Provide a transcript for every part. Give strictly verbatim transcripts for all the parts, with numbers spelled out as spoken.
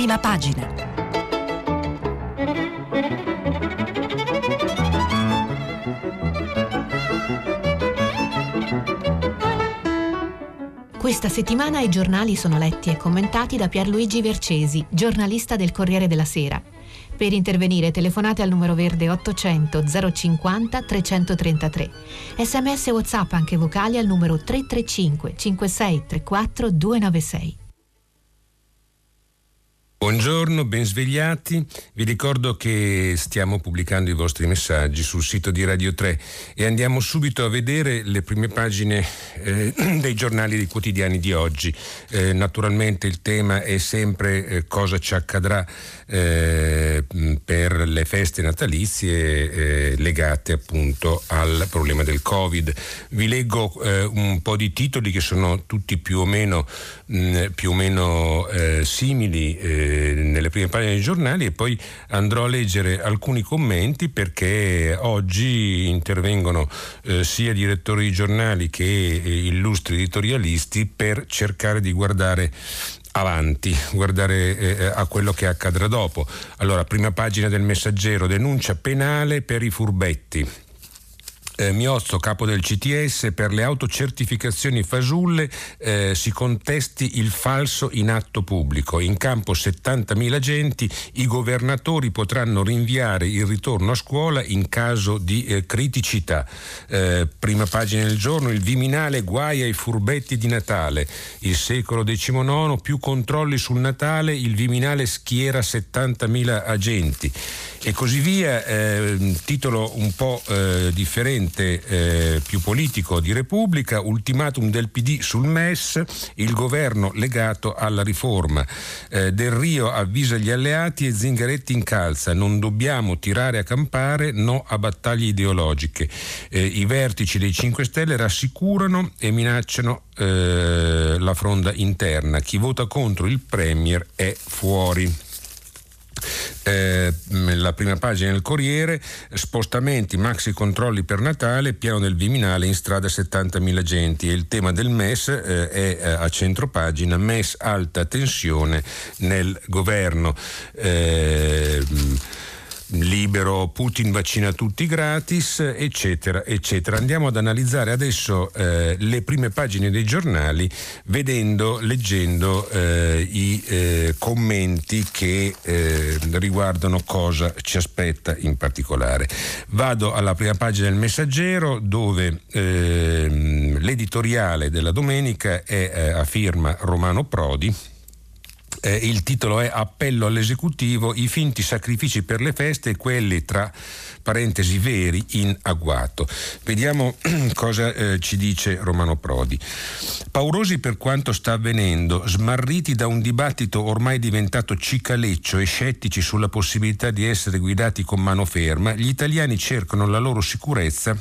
Prima pagina. Questa settimana i giornali sono letti e commentati da Pierluigi Vercesi, giornalista del Corriere della Sera. Per intervenire telefonate al numero verde ottocento zero cinquanta trecentotrentatré. Sms e WhatsApp anche vocali al numero tre tre cinque cinque sei tre quattro due nove sei. Buongiorno, ben svegliati. Vi ricordo che stiamo pubblicando i vostri messaggi sul sito di Radio tre e andiamo subito a vedere le prime pagine eh, dei giornali dei quotidiani di oggi. Eh, naturalmente il tema è sempre eh, cosa ci accadrà eh, per le feste natalizie eh, legate appunto al problema del Covid. Vi leggo eh, un po' di titoli che sono tutti più o meno mh, più o meno eh, simili eh, nelle prime pagine dei giornali, e poi andrò a leggere alcuni commenti perché oggi intervengono eh, sia direttori di giornali che eh, illustri editorialisti per cercare di guardare avanti, guardare eh, a quello che accadrà dopo. Allora, prima pagina del Messaggero: denuncia penale per i furbetti. Eh, Miozzo, capo del C T S, per le autocertificazioni fasulle eh, si contesti il falso in atto pubblico. In campo settantamila agenti, i governatori potranno rinviare il ritorno a scuola in caso di eh, criticità. Eh, prima pagina del Giorno: il Viminale guai ai furbetti di Natale. Il Secolo diciannove, più controlli sul Natale, il Viminale schiera settantamila agenti. E così via. Eh, titolo un po' eh, differente, eh, più politico, di Repubblica: ultimatum del P D sul M E S, il governo legato alla riforma. Eh, Del Rio avvisa gli alleati e Zingaretti incalza: non dobbiamo tirare a campare, no a battaglie ideologiche. Eh, I vertici dei cinque Stelle rassicurano e minacciano eh, la fronda interna. Chi vota contro il Premier è fuori. Eh, la prima pagina del Corriere: spostamenti, maxi controlli per Natale, piano del Viminale, in strada settantamila agenti. E il tema del M E S eh, è eh, a centro pagina: M E S alta tensione nel governo. Eh, Libero, Putin vaccina tutti gratis, eccetera, eccetera. Andiamo ad analizzare adesso eh, le prime pagine dei giornali, vedendo, leggendo eh, i eh, commenti che eh, riguardano cosa ci aspetta in particolare. Vado alla prima pagina del Messaggero, dove eh, l'editoriale della domenica è eh, a firma Romano Prodi. Eh, il titolo è: appello all'esecutivo, i finti sacrifici per le feste e quelli tra parentesi veri in agguato. Vediamo cosa eh, ci dice Romano Prodi. Paurosi per quanto sta avvenendo, smarriti da un dibattito ormai diventato cicaleccio e scettici sulla possibilità di essere guidati con mano ferma, gli italiani cercano la loro sicurezza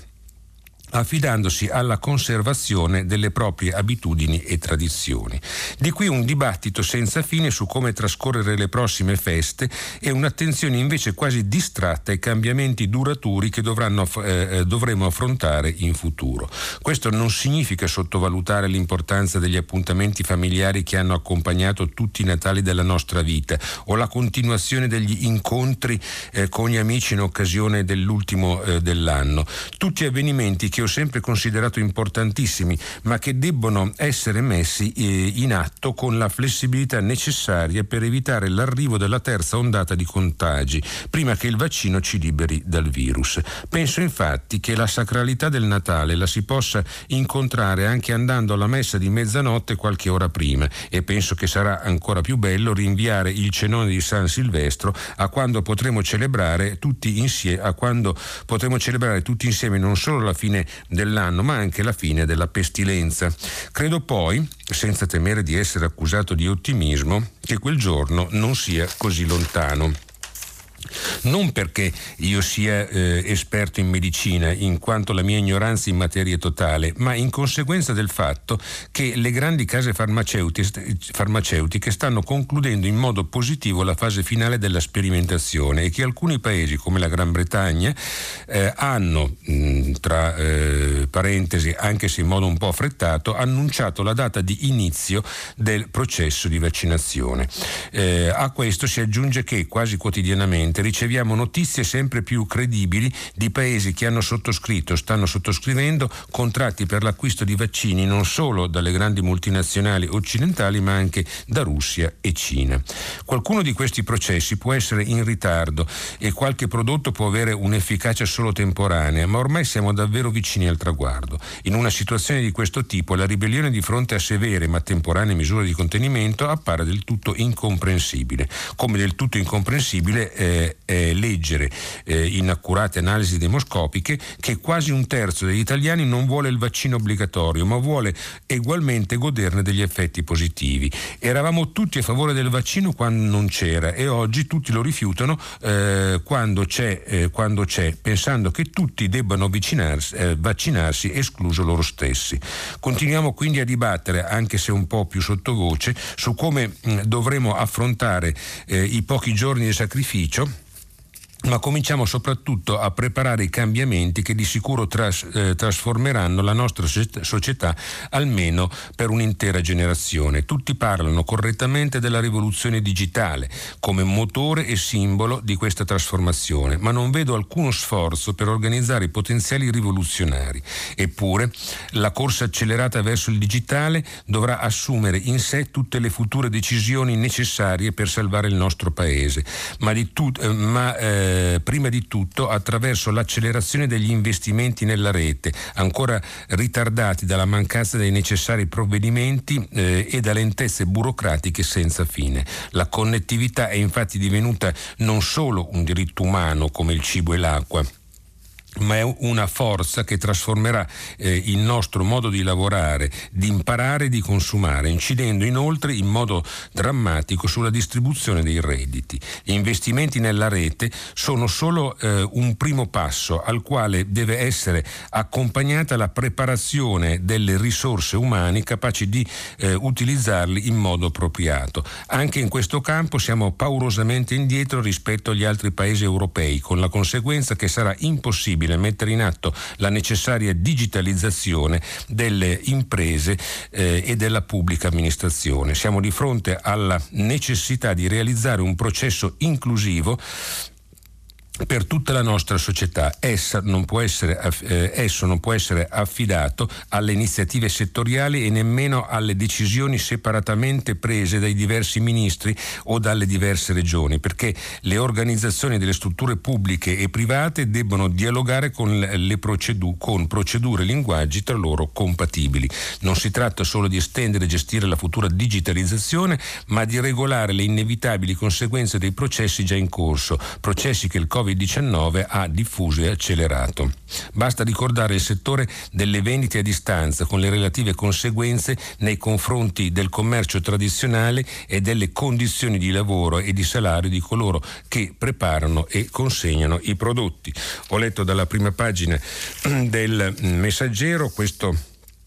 affidandosi alla conservazione delle proprie abitudini e tradizioni. Di qui un dibattito senza fine su come trascorrere le prossime feste e un'attenzione invece quasi distratta ai cambiamenti duraturi che dovranno, eh, dovremo affrontare in futuro. Questo non significa sottovalutare l'importanza degli appuntamenti familiari che hanno accompagnato tutti i Natali della nostra vita, o la continuazione degli incontri eh, con gli amici in occasione dell'ultimo eh, dell'anno. Tutti avvenimenti che ho sempre considerato importantissimi, ma che debbono essere messi eh, in atto con la flessibilità necessaria per evitare l'arrivo della terza ondata di contagi, prima che il vaccino ci liberi dal virus. Penso infatti che la sacralità del Natale la si possa incontrare anche andando alla messa di mezzanotte qualche ora prima, e penso che sarà ancora più bello rinviare il cenone di San Silvestro a quando potremo celebrare tutti insieme, a quando potremo celebrare tutti insieme non solo la fine dell'anno, ma anche la fine della pestilenza. Credo poi, senza temere di essere accusato di ottimismo, che quel giorno non sia così lontano. Non perché io sia eh, esperto in medicina, in quanto la mia ignoranza in materia è totale, ma in conseguenza del fatto che le grandi case farmaceutiche, farmaceutiche stanno concludendo in modo positivo la fase finale della sperimentazione e che alcuni paesi come la Gran Bretagna eh, hanno, mh, tra eh, parentesi, anche se in modo un po' affrettato, annunciato la data di inizio del processo di vaccinazione. Eh, a questo si aggiunge che quasi quotidianamente riceviamo notizie sempre più credibili di paesi che hanno sottoscritto, stanno sottoscrivendo contratti per l'acquisto di vaccini non solo dalle grandi multinazionali occidentali ma anche da Russia e Cina. Qualcuno di questi processi può essere in ritardo e qualche prodotto può avere un'efficacia solo temporanea, ma ormai siamo davvero vicini al traguardo. In una situazione di questo tipo la ribellione di fronte a severe ma temporanee misure di contenimento appare del tutto incomprensibile, come del tutto incomprensibile eh, è leggere eh, in accurate analisi demoscopiche che quasi un terzo degli italiani non vuole il vaccino obbligatorio, ma vuole ugualmente goderne degli effetti positivi. Eravamo tutti a favore del vaccino quando non c'era e oggi tutti lo rifiutano eh, quando c'è, eh, quando c'è, pensando che tutti debbano vaccinarsi, eh, vaccinarsi, escluso loro stessi. Continuiamo quindi a dibattere, anche se un po' più sottovoce, su come mh, dovremo affrontare eh, i pochi giorni di sacrificio, ma cominciamo soprattutto a preparare i cambiamenti che di sicuro tras, eh, trasformeranno la nostra società almeno per un'intera generazione. Tutti parlano correttamente della rivoluzione digitale come motore e simbolo di questa trasformazione, ma non vedo alcuno sforzo per organizzare i potenziali rivoluzionari. Eppure la corsa accelerata verso il digitale dovrà assumere in sé tutte le future decisioni necessarie per salvare il nostro paese, ma, di tut, eh, ma eh, prima di tutto attraverso l'accelerazione degli investimenti nella rete, ancora ritardati dalla mancanza dei necessari provvedimenti eh, e da lentezze burocratiche senza fine. La connettività è infatti divenuta non solo un diritto umano come il cibo e l'acqua, ma è una forza che trasformerà eh, il nostro modo di lavorare, di imparare e di consumare, incidendo inoltre in modo drammatico sulla distribuzione dei redditi. Gli investimenti nella rete sono solo eh, un primo passo al quale deve essere accompagnata la preparazione delle risorse umane capaci di eh, utilizzarli in modo appropriato. Anche in questo campo siamo paurosamente indietro rispetto agli altri paesi europei, con la conseguenza che sarà impossibile mettere in atto la necessaria digitalizzazione delle imprese eh, e della pubblica amministrazione. Siamo di fronte alla necessità di realizzare un processo inclusivo per tutta la nostra società. Essa non può essere, eh, esso non può essere affidato alle iniziative settoriali e nemmeno alle decisioni separatamente prese dai diversi ministri o dalle diverse regioni, perché le organizzazioni delle strutture pubbliche e private debbono dialogare con le procedure, con procedure e linguaggi tra loro compatibili. Non si tratta solo di estendere e gestire la futura digitalizzazione, ma di regolare le inevitabili conseguenze dei processi già in corso, processi che il covid diciannove ha diffuso e accelerato. Basta ricordare il settore delle vendite a distanza con le relative conseguenze nei confronti del commercio tradizionale e delle condizioni di lavoro e di salario di coloro che preparano e consegnano i prodotti. Ho letto dalla prima pagina del Messaggero questo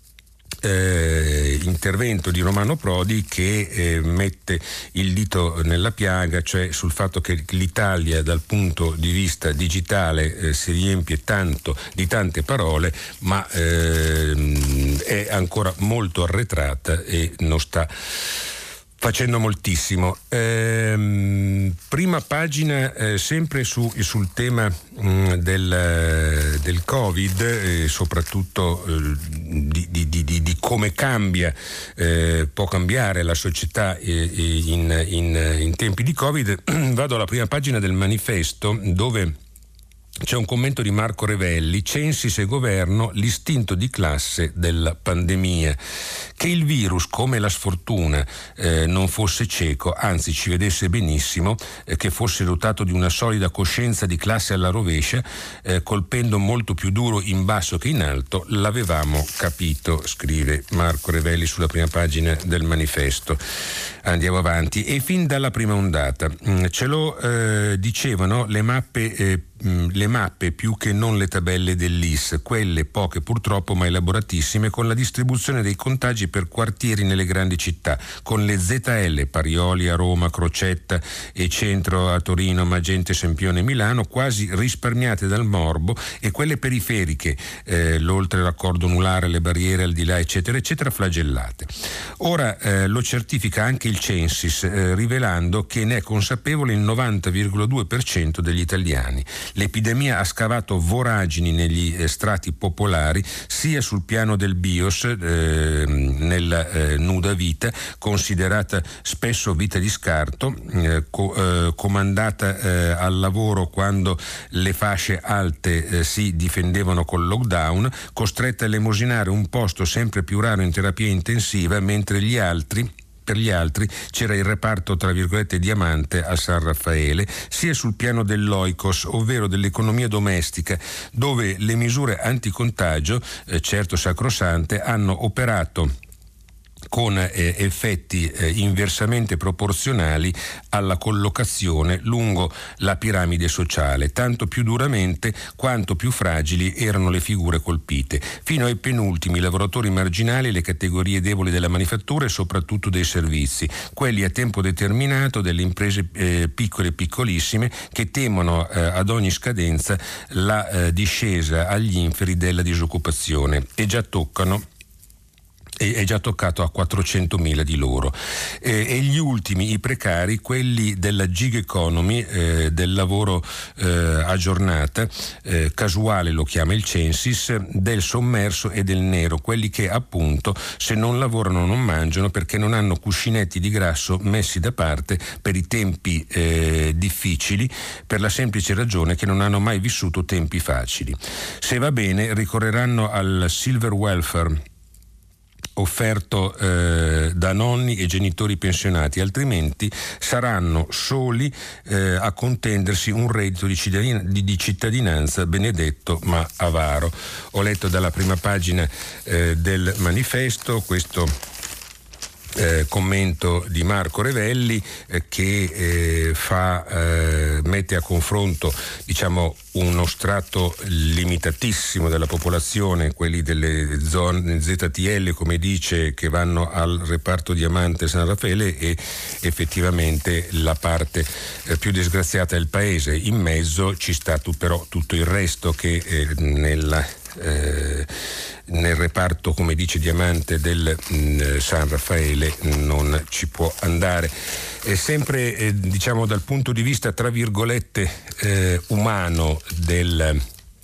Eh, intervento di Romano Prodi che eh, mette il dito nella piaga, cioè sul fatto che l'Italia dal punto di vista digitale eh, si riempie tanto di tante parole, ma eh, è ancora molto arretrata e non sta facendo moltissimo. Ehm, prima pagina eh, sempre su, sul tema mh, del, del Covid e eh, soprattutto eh, di, di, di, di come cambia, eh, può cambiare la società eh, in, in, in tempi di Covid. Vado alla prima pagina del Manifesto, dove C'è un commento di Marco Revelli: Censis e governo, l'istinto di classe della pandemia. Che il virus, come la sfortuna, eh, non fosse cieco, anzi ci vedesse benissimo, eh, che fosse dotato di una solida coscienza di classe alla rovescia, eh, colpendo molto più duro in basso che in alto, l'avevamo capito, scrive Marco Revelli sulla prima pagina del Manifesto. Andiamo avanti. E fin dalla prima ondata, ce lo eh, dicevano le mappe eh, le mappe più che non le tabelle dell'I S, quelle poche purtroppo ma elaboratissime, con la distribuzione dei contagi per quartieri nelle grandi città, con le Z L, Parioli a Roma, Crocetta e Centro a Torino, Magente, Sempione, Milano, quasi risparmiate dal morbo, e quelle periferiche, eh, l'oltre raccordo anulare, le barriere al di là, eccetera, eccetera, flagellate. Ora eh, lo certifica anche il Censis, eh, rivelando che ne è consapevole il novanta virgola due per cento degli italiani. L'epidemia ha scavato voragini negli eh, strati popolari, sia sul piano del BIOS, eh, nella eh, nuda vita, considerata spesso vita di scarto, eh, co- eh, comandata eh, al lavoro quando le fasce alte eh, si difendevano col lockdown, costretta a elemosinare un posto sempre più raro in terapia intensiva, mentre gli altri Per gli altri c'era il reparto tra virgolette diamante a San Raffaele, sia sul piano dell'oikos, ovvero dell'economia domestica, dove le misure anticontagio, eh, certo sacrosante, hanno operato con eh, effetti eh, inversamente proporzionali alla collocazione lungo la piramide sociale, tanto più duramente quanto più fragili erano le figure colpite, fino ai penultimi lavoratori marginali, le categorie deboli della manifattura e soprattutto dei servizi, quelli a tempo determinato delle imprese eh, piccole e piccolissime, che temono eh, ad ogni scadenza la eh, discesa agli inferi della disoccupazione, e già toccano è già toccato a quattrocentomila di loro, eh, e gli ultimi, i precari, quelli della gig economy, eh, del lavoro eh, a giornata, eh, casuale lo chiama il Censis, del sommerso e del nero, quelli che appunto se non lavorano non mangiano, perché non hanno cuscinetti di grasso messi da parte per i tempi eh, difficili, per la semplice ragione che non hanno mai vissuto tempi facili. Se va bene ricorreranno al silver welfare offerto eh, da nonni e genitori pensionati, altrimenti saranno soli eh, a contendersi un reddito di, cittadina, di, di cittadinanza benedetto ma avaro. Ho letto dalla prima pagina eh, del Manifesto questo Eh, commento di Marco Revelli eh, che eh, fa eh, mette a confronto, diciamo, uno strato limitatissimo della popolazione, quelli delle zone Z T L, come dice, che vanno al reparto Diamante San Raffaele, e effettivamente la parte eh, più disgraziata del paese. In mezzo ci sta tu, però tutto il resto che eh, nella eh, nel reparto, come dice Diamante, del mh, San Raffaele non ci può andare. E sempre eh, diciamo dal punto di vista tra virgolette eh, umano del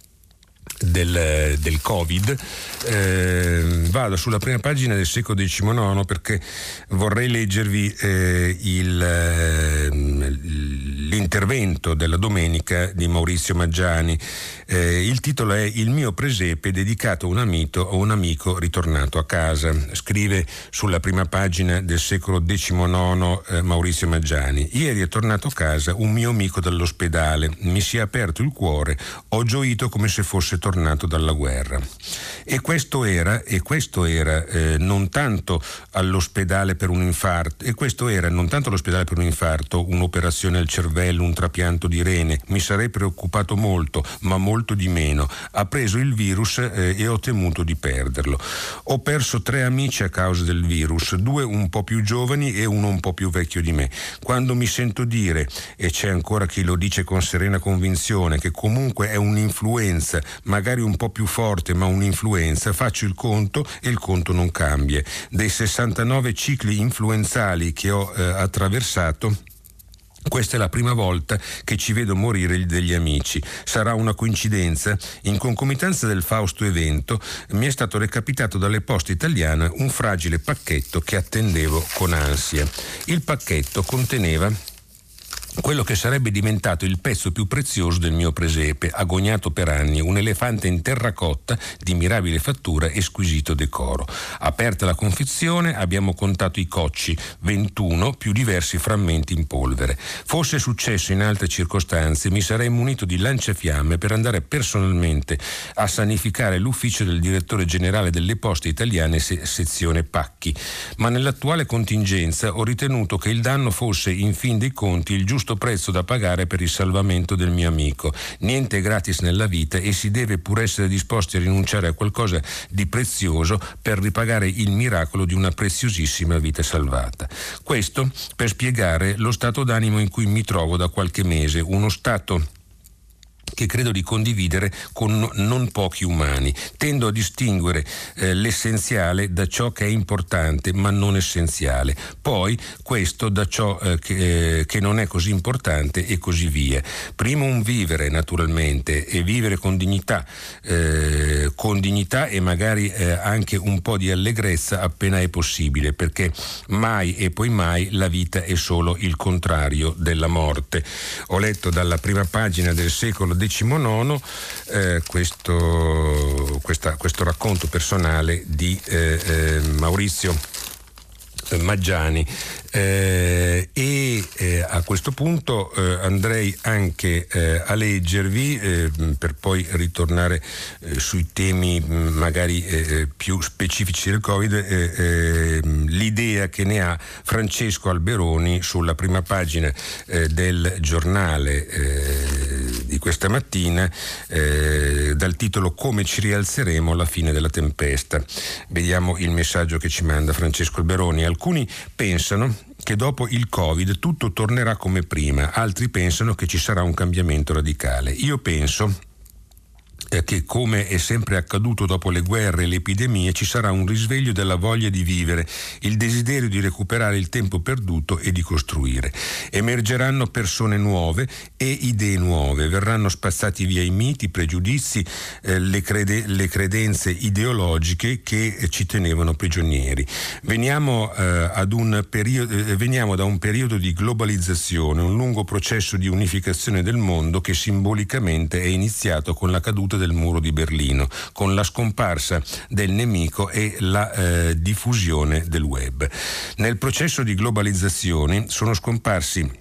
Del, del Covid, eh, vado sulla prima pagina del Secolo diciannove perché vorrei leggervi eh, il, eh, l'intervento della domenica di Maurizio Maggiani. Eh, il titolo è Il mio presepe dedicato a un amico, a un amico ritornato a casa. Scrive sulla prima pagina del Secolo diciannove eh, Maurizio Maggiani: ieri è tornato a casa un mio amico dall'ospedale, mi si è aperto il cuore, ho gioito come se fosse tornato dalla guerra. E questo era, e questo era eh, non tanto all'ospedale per un infarto, e questo era non tanto all'ospedale per un infarto, un'operazione al cervello, un trapianto di rene, mi sarei preoccupato molto, ma molto di meno. Ha preso il virus eh, e ho temuto di perderlo. Ho perso tre amici a causa del virus, due un po' più giovani e uno un po' più vecchio di me. Quando mi sento dire, e c'è ancora chi lo dice con serena convinzione, che comunque è un'influenza, magari un po' più forte, ma un'influenza, faccio il conto e il conto non cambia. Dei sessantanove cicli influenzali che ho eh, attraversato, questa è la prima volta che ci vedo morire degli amici. Sarà una coincidenza? In concomitanza del Fausto evento mi è stato recapitato dalle poste italiane un fragile pacchetto che attendevo con ansia. Il pacchetto conteneva quello che sarebbe diventato il pezzo più prezioso del mio presepe, agognato per anni, un elefante in terracotta di mirabile fattura e squisito decoro. Aperta la confezione abbiamo contato i cocci, ventuno più diversi frammenti in polvere. Fosse successo in altre circostanze mi sarei munito di lanciafiamme per andare personalmente a sanificare l'ufficio del direttore generale delle Poste Italiane se- sezione Pacchi, ma nell'attuale contingenza ho ritenuto che il danno fosse in fin dei conti il giusto prezzo da pagare per il salvamento del mio amico. Niente è gratis nella vita e si deve pur essere disposti a rinunciare a qualcosa di prezioso per ripagare il miracolo di una preziosissima vita salvata. Questo per spiegare lo stato d'animo in cui mi trovo da qualche mese, uno stato che credo di condividere con non pochi umani. Tendo a distinguere eh, l'essenziale da ciò che è importante ma non essenziale, poi questo da ciò eh, che, eh, che non è così importante e così via. Primo un vivere naturalmente, e vivere con dignità, eh, con dignità e magari eh, anche un po' di allegrezza appena è possibile, perché mai e poi mai la vita è solo il contrario della morte. Ho letto dalla prima pagina del secolo decimonono eh, questo, questa, questo racconto personale di eh, eh, Maurizio Maggiani eh, e eh, a questo punto eh, andrei anche eh, a leggervi eh, per poi ritornare eh, sui temi mh, magari eh, più specifici del Covid eh, eh, l'idea che ne ha Francesco Alberoni sulla prima pagina eh, del giornale eh, di questa mattina eh, dal titolo Come ci rialzeremo alla fine della tempesta. Vediamo il messaggio che ci manda Francesco Alberoni. Alcuni pensano che dopo il Covid tutto tornerà come prima, altri pensano che ci sarà un cambiamento radicale. Io penso che, come è sempre accaduto dopo le guerre e le epidemie, ci sarà un risveglio della voglia di vivere, il desiderio di recuperare il tempo perduto e di costruire. Emergeranno persone nuove e idee nuove, verranno spazzati via i miti, i pregiudizi, eh, le, crede- le credenze ideologiche che eh, ci tenevano prigionieri. Veniamo, eh, ad un periodo, eh, veniamo da un periodo di globalizzazione, un lungo processo di unificazione del mondo che simbolicamente è iniziato con la caduta del muro di Berlino, con la scomparsa del nemico e la eh, diffusione del web. Nel processo di globalizzazione sono scomparsi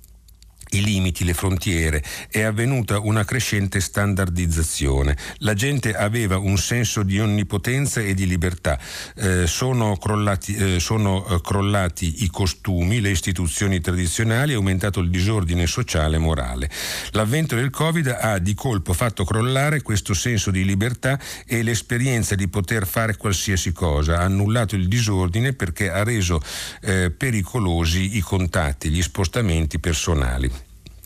i limiti, le frontiere, è avvenuta una crescente standardizzazione. La gente aveva un senso di onnipotenza e di libertà. Eh, sono crollati, eh, sono eh, crollati i costumi, le istituzioni tradizionali, è aumentato il disordine sociale e morale. L'avvento del Covid ha di colpo fatto crollare questo senso di libertà e l'esperienza di poter fare qualsiasi cosa. Ha annullato il disordine perché ha reso eh, pericolosi i contatti, gli spostamenti personali.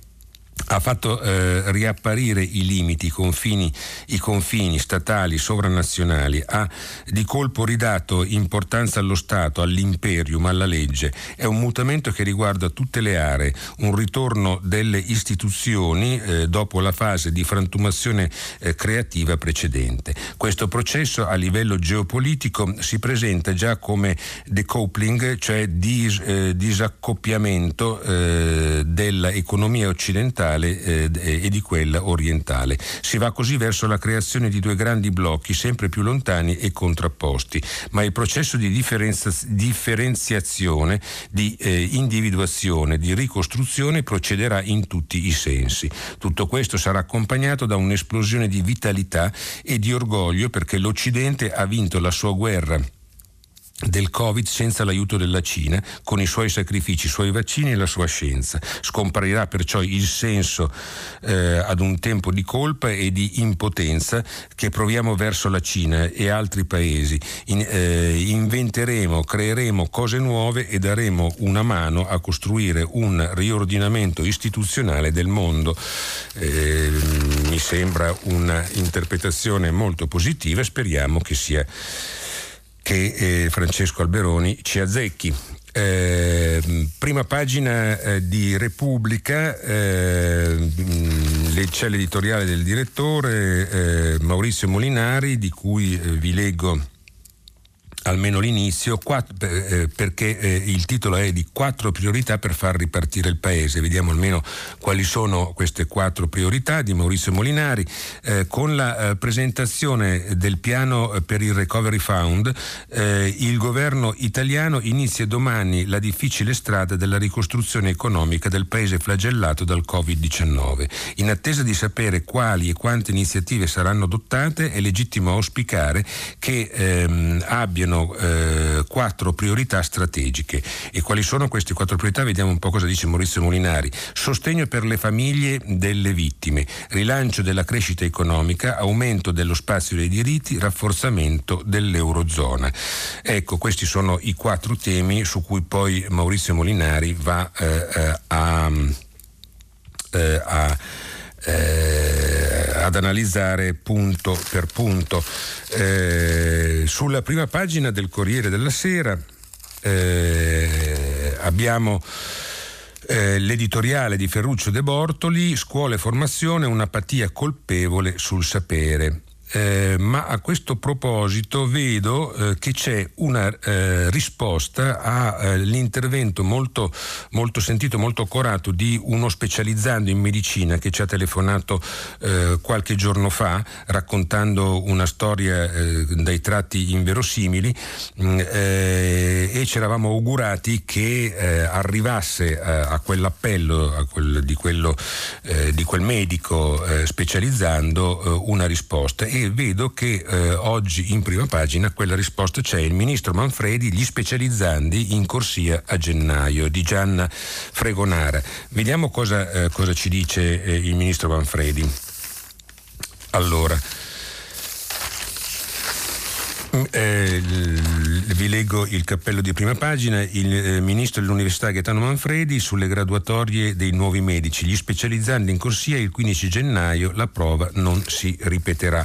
Ha fatto eh, riapparire i limiti, i confini, i confini statali, sovranazionali, ha di colpo ridato importanza allo Stato, all'imperium, alla legge. È un mutamento che riguarda tutte le aree, un ritorno delle istituzioni eh, dopo la fase di frantumazione eh, creativa precedente. Questo processo a livello geopolitico si presenta già come decoupling, cioè dis, eh, disaccoppiamento eh, dell'economia occidentale e di quella orientale. Si va così verso la creazione di due grandi blocchi sempre più lontani e contrapposti, ma il processo di differenza, differenziazione, di eh, individuazione, di ricostruzione procederà in tutti i sensi. Tutto questo sarà accompagnato da un'esplosione di vitalità e di orgoglio perché l'Occidente ha vinto la sua guerra del Covid senza l'aiuto della Cina, con i suoi sacrifici, i suoi vaccini e la sua scienza. Scomparirà perciò il senso eh, ad un tempo di colpa e di impotenza che proviamo verso la Cina e altri paesi. In, eh, inventeremo, creeremo cose nuove e daremo una mano a costruire un riordinamento istituzionale del mondo. Eh, mi sembra una interpretazione molto positiva, speriamo che sia che eh, Francesco Alberoni ci azzecchi. Eh, prima pagina eh, di Repubblica, eh, c'è l'editoriale del direttore eh, Maurizio Molinari, di cui eh, vi leggo almeno l'inizio, quattro, eh, perché eh, il titolo è di quattro priorità per far ripartire il paese. Vediamo almeno quali sono queste quattro priorità di Maurizio Molinari. Eh, con la eh, presentazione del piano per il Recovery Fund, eh, il governo italiano inizia domani la difficile strada della ricostruzione economica del paese flagellato dal covid diciannove. In attesa di sapere quali e quante iniziative saranno adottate, è legittimo auspicare che ehm, abbiano Eh, quattro priorità strategiche. E quali sono queste quattro priorità? Vediamo un po' cosa dice Maurizio Molinari. Sostegno per le famiglie delle vittime, rilancio della crescita economica, aumento dello spazio dei diritti, rafforzamento dell'Eurozona. Ecco, questi sono i quattro temi su cui poi Maurizio Molinari va eh, eh, a, eh, a Eh, ad analizzare punto per punto. Eh, sulla prima pagina del Corriere della Sera eh, abbiamo eh, l'editoriale di Ferruccio De Bortoli, scuola e formazione, un'apatia colpevole sul sapere. Eh, ma a questo proposito vedo eh, che c'è una eh, risposta all'intervento molto, molto sentito, molto accorato di uno specializzando in medicina che ci ha telefonato eh, qualche giorno fa raccontando una storia eh, dai tratti inverosimili mh, eh, e ci eravamo augurati che eh, arrivasse a, a quell'appello a quel, di, quello, eh, di quel medico eh, specializzando eh, una risposta. E vedo che eh, oggi in prima pagina quella risposta c'è: il ministro Manfredi, gli specializzandi in corsia a gennaio, di Gianna Fregonara. Vediamo cosa, eh, cosa ci dice eh, il ministro Manfredi. Allora, Eh, vi leggo il cappello di prima pagina. Il eh, ministro dell'Università Gaetano Manfredi sulle graduatorie dei nuovi medici, gli specializzandi in corsia il quindici gennaio, la prova non si ripeterà.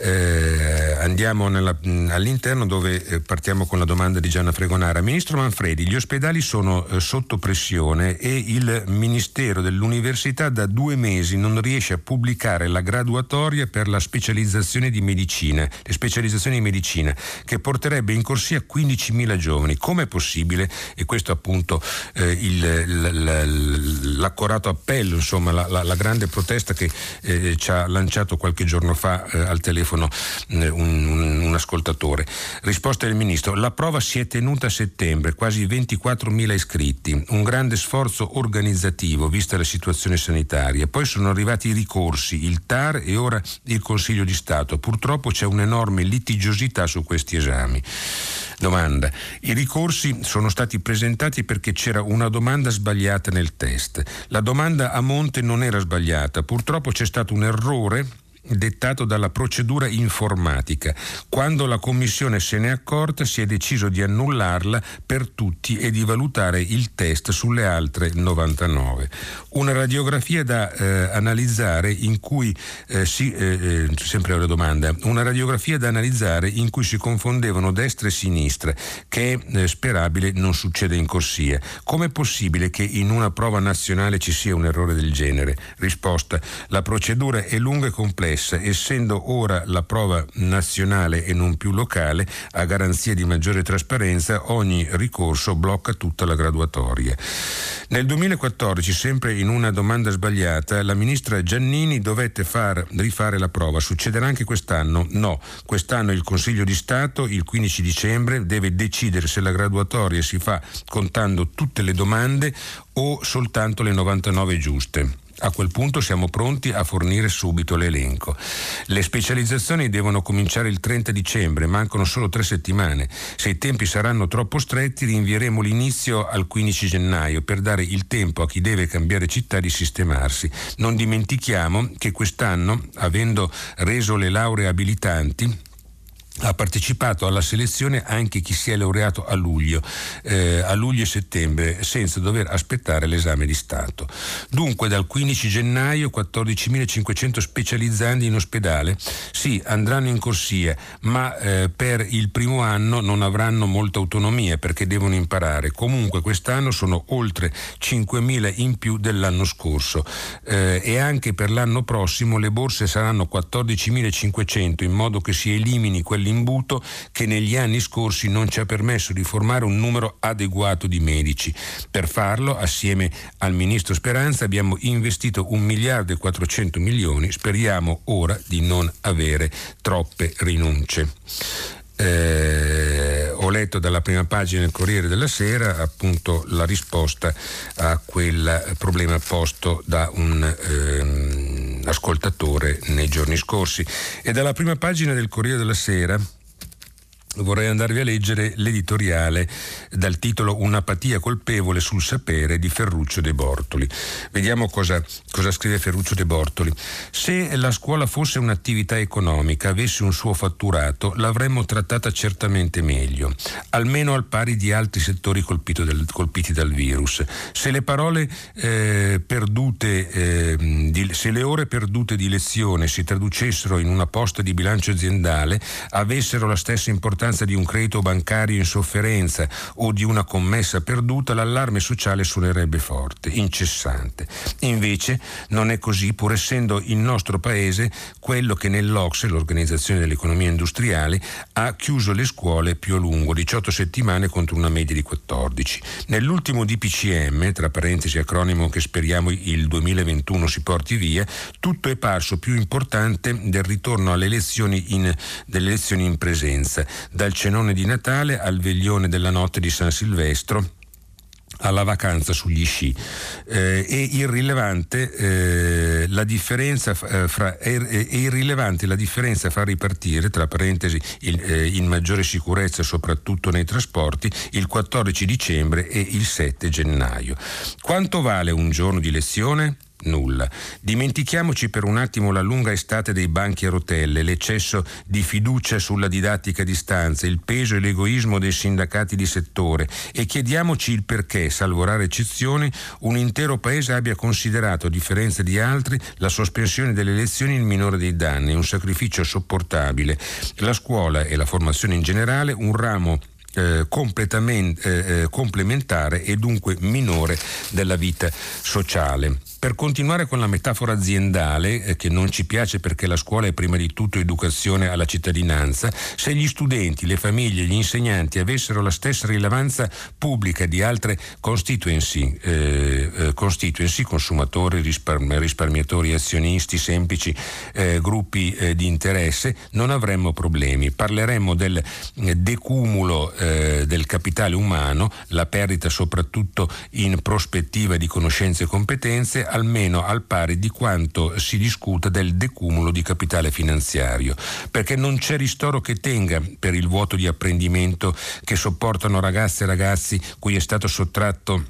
Eh, andiamo nella, all'interno dove eh, partiamo con la domanda di Gianna Fregonara. Ministro Manfredi, gli ospedali sono eh, sotto pressione e il Ministero dell'Università da due mesi non riesce a pubblicare la graduatoria per la specializzazione di medicina, le specializzazioni di medicina, che porterebbe in corsia quindicimila giovani. Com'è possibile? E questo appunto eh, il, l, l, l'accorato appello, insomma la, la, la grande protesta che eh, ci ha lanciato qualche giorno fa eh, al telefono eh, un, un, un ascoltatore. Risposta del ministro: la prova si è tenuta a settembre, quasi ventiquattromila iscritti, un grande sforzo organizzativo vista la situazione sanitaria, poi sono arrivati i ricorsi, il T A R e ora il Consiglio di Stato. Purtroppo c'è un'enorme litigiosità su questi esami. Domanda: i ricorsi sono stati presentati perché c'era una domanda sbagliata nel test. La domanda a monte non era sbagliata, purtroppo c'è stato un errore dettato dalla procedura informatica. Quando la commissione se n'è accorta si è deciso di annullarla per tutti e di valutare il test sulle altre novantanove. Una radiografia da eh, analizzare in cui eh, si eh, sempre la domanda una radiografia da analizzare in cui si confondevano destra e sinistra, che è eh, sperabile non succeda in corsia. Com'è possibile che in una prova nazionale ci sia un errore del genere? Risposta: la procedura è lunga e complessa. Essendo ora la prova nazionale e non più locale, a garanzia di maggiore trasparenza, ogni ricorso blocca tutta la graduatoria. Nel duemilaquattordici, sempre in una domanda sbagliata, la ministra Giannini dovette far rifare la prova. Succederà anche quest'anno? No, quest'anno il Consiglio di Stato il quindici dicembre deve decidere se la graduatoria si fa contando tutte le domande o soltanto le novantanove giuste. A quel punto siamo pronti a fornire subito l'elenco. Le specializzazioni devono cominciare il trenta dicembre, mancano solo tre settimane. Se i tempi saranno troppo stretti, rinvieremo l'inizio al quindici gennaio per dare il tempo a chi deve cambiare città di sistemarsi. Non dimentichiamo che quest'anno, avendo reso le lauree abilitanti, ha partecipato alla selezione anche chi si è laureato a luglio, eh, a luglio e settembre, senza dover aspettare l'esame di Stato. Dunque dal quindici gennaio quattordicimilacinquecento specializzandi in ospedale, sì, andranno in corsia, ma eh, per il primo anno non avranno molta autonomia perché devono imparare. Comunque quest'anno sono oltre cinquemila in più dell'anno scorso eh, e anche per l'anno prossimo le borse saranno quattordicimilacinquecento, in modo che si elimini quell'impossibilità dell'imbuto che negli anni scorsi non ci ha permesso di formare un numero adeguato di medici. Per farlo, assieme al ministro Speranza, abbiamo investito un miliardo e quattrocento milioni. Speriamo ora di non avere troppe rinunce. Eh, ho letto dalla prima pagina del Corriere della Sera appunto la risposta a quel problema posto da un ehm, ascoltatore nei giorni scorsi, e dalla prima pagina del Corriere della Sera vorrei andarvi a leggere l'editoriale dal titolo Un'apatia colpevole sul sapere di Ferruccio De Bortoli. Vediamo cosa, cosa scrive Ferruccio De Bortoli. Se la scuola fosse un'attività economica, avesse un suo fatturato, l'avremmo trattata certamente meglio, almeno al pari di altri settori colpito del, colpiti dal virus. Se le parole eh, perdute, eh, di, se le ore perdute di lezione si traducessero in una posta di bilancio aziendale, avessero la stessa importanza di un credito bancario in sofferenza o di una commessa perduta, l'allarme sociale suonerebbe forte, incessante. Invece non è così, pur essendo il nostro paese quello che nell'O C S E, l'Organizzazione dell'Economia Industriale, ha chiuso le scuole più a lungo, diciotto settimane contro una media di quattordici. Nell'ultimo D P C M, tra parentesi acronimo che speriamo il duemilaventuno si porti via, tutto è parso più importante del ritorno alle lezioni in, delle lezioni in presenza, dal cenone di Natale al veglione della notte di San Silvestro alla vacanza sugli sci. Eh, è irrilevante eh, la differenza eh, fra è, è irrilevante la differenza fra ripartire, tra parentesi il, eh, in maggiore sicurezza soprattutto nei trasporti, il quattordici dicembre e il sette gennaio. Quanto vale un giorno di lezione? Nulla. Dimentichiamoci per un attimo la lunga estate dei banchi a rotelle, l'eccesso di fiducia sulla didattica a distanza, il peso e l'egoismo dei sindacati di settore, e chiediamoci il perché, salvo rare eccezioni, un intero paese abbia considerato, a differenza di altri, la sospensione delle lezioni il minore dei danni, un sacrificio sopportabile. La scuola e la formazione in generale un ramo Eh, completamente eh, complementare e dunque minore della vita sociale. Per continuare con la metafora aziendale, eh, che non ci piace perché la scuola è prima di tutto educazione alla cittadinanza, se gli studenti, le famiglie, gli insegnanti avessero la stessa rilevanza pubblica di altre constituency, eh, eh, constituency consumatori, risparmi- risparmiatori, azionisti, semplici eh, gruppi eh, di interesse, non avremmo problemi. Parleremmo del eh, decumulo eh, del capitale umano, la perdita soprattutto in prospettiva di conoscenze e competenze, almeno al pari di quanto si discuta del decumulo di capitale finanziario, perché non c'è ristoro che tenga per il vuoto di apprendimento che sopportano ragazze e ragazzi cui è stato sottratto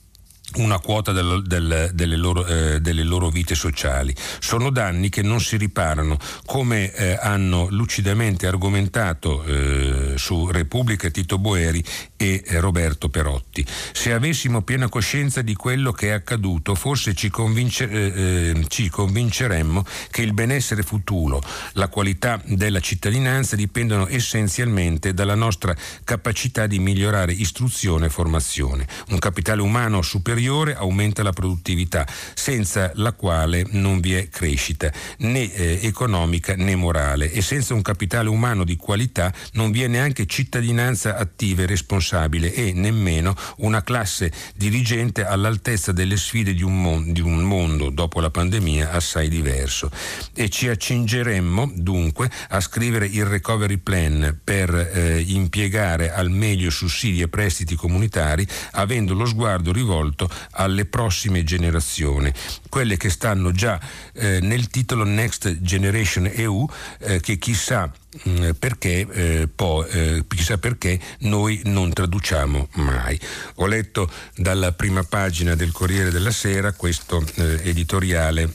una quota del, del, delle, loro, eh, delle loro vite sociali. Sono danni che non si riparano, come eh, hanno lucidamente argomentato eh, su Repubblica Tito Boeri e eh, Roberto Perotti. Se avessimo piena coscienza di quello che è accaduto, forse ci, convince, eh, ci convinceremmo che il benessere futuro, la qualità della cittadinanza dipendono essenzialmente dalla nostra capacità di migliorare istruzione e formazione. Un capitale umano superiore aumenta la produttività, senza la quale non vi è crescita né eh, economica né morale, e senza un capitale umano di qualità non vi è neanche cittadinanza attiva e responsabile, e nemmeno una classe dirigente all'altezza delle sfide di un, mon- di un mondo dopo la pandemia assai diverso. E ci accingeremmo dunque a scrivere il recovery plan per eh, impiegare al meglio sussidi e prestiti comunitari, avendo lo sguardo rivolto alle prossime generazioni, quelle che stanno già eh, nel titolo Next Generation E U, eh, che chissà mh, perché eh, poi eh, chissà perché noi non traduciamo mai. Ho letto dalla prima pagina del Corriere della Sera questo eh, editoriale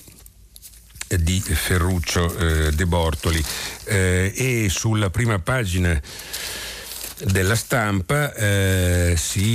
di Ferruccio eh, De Bortoli, eh, e sulla prima pagina della Stampa eh,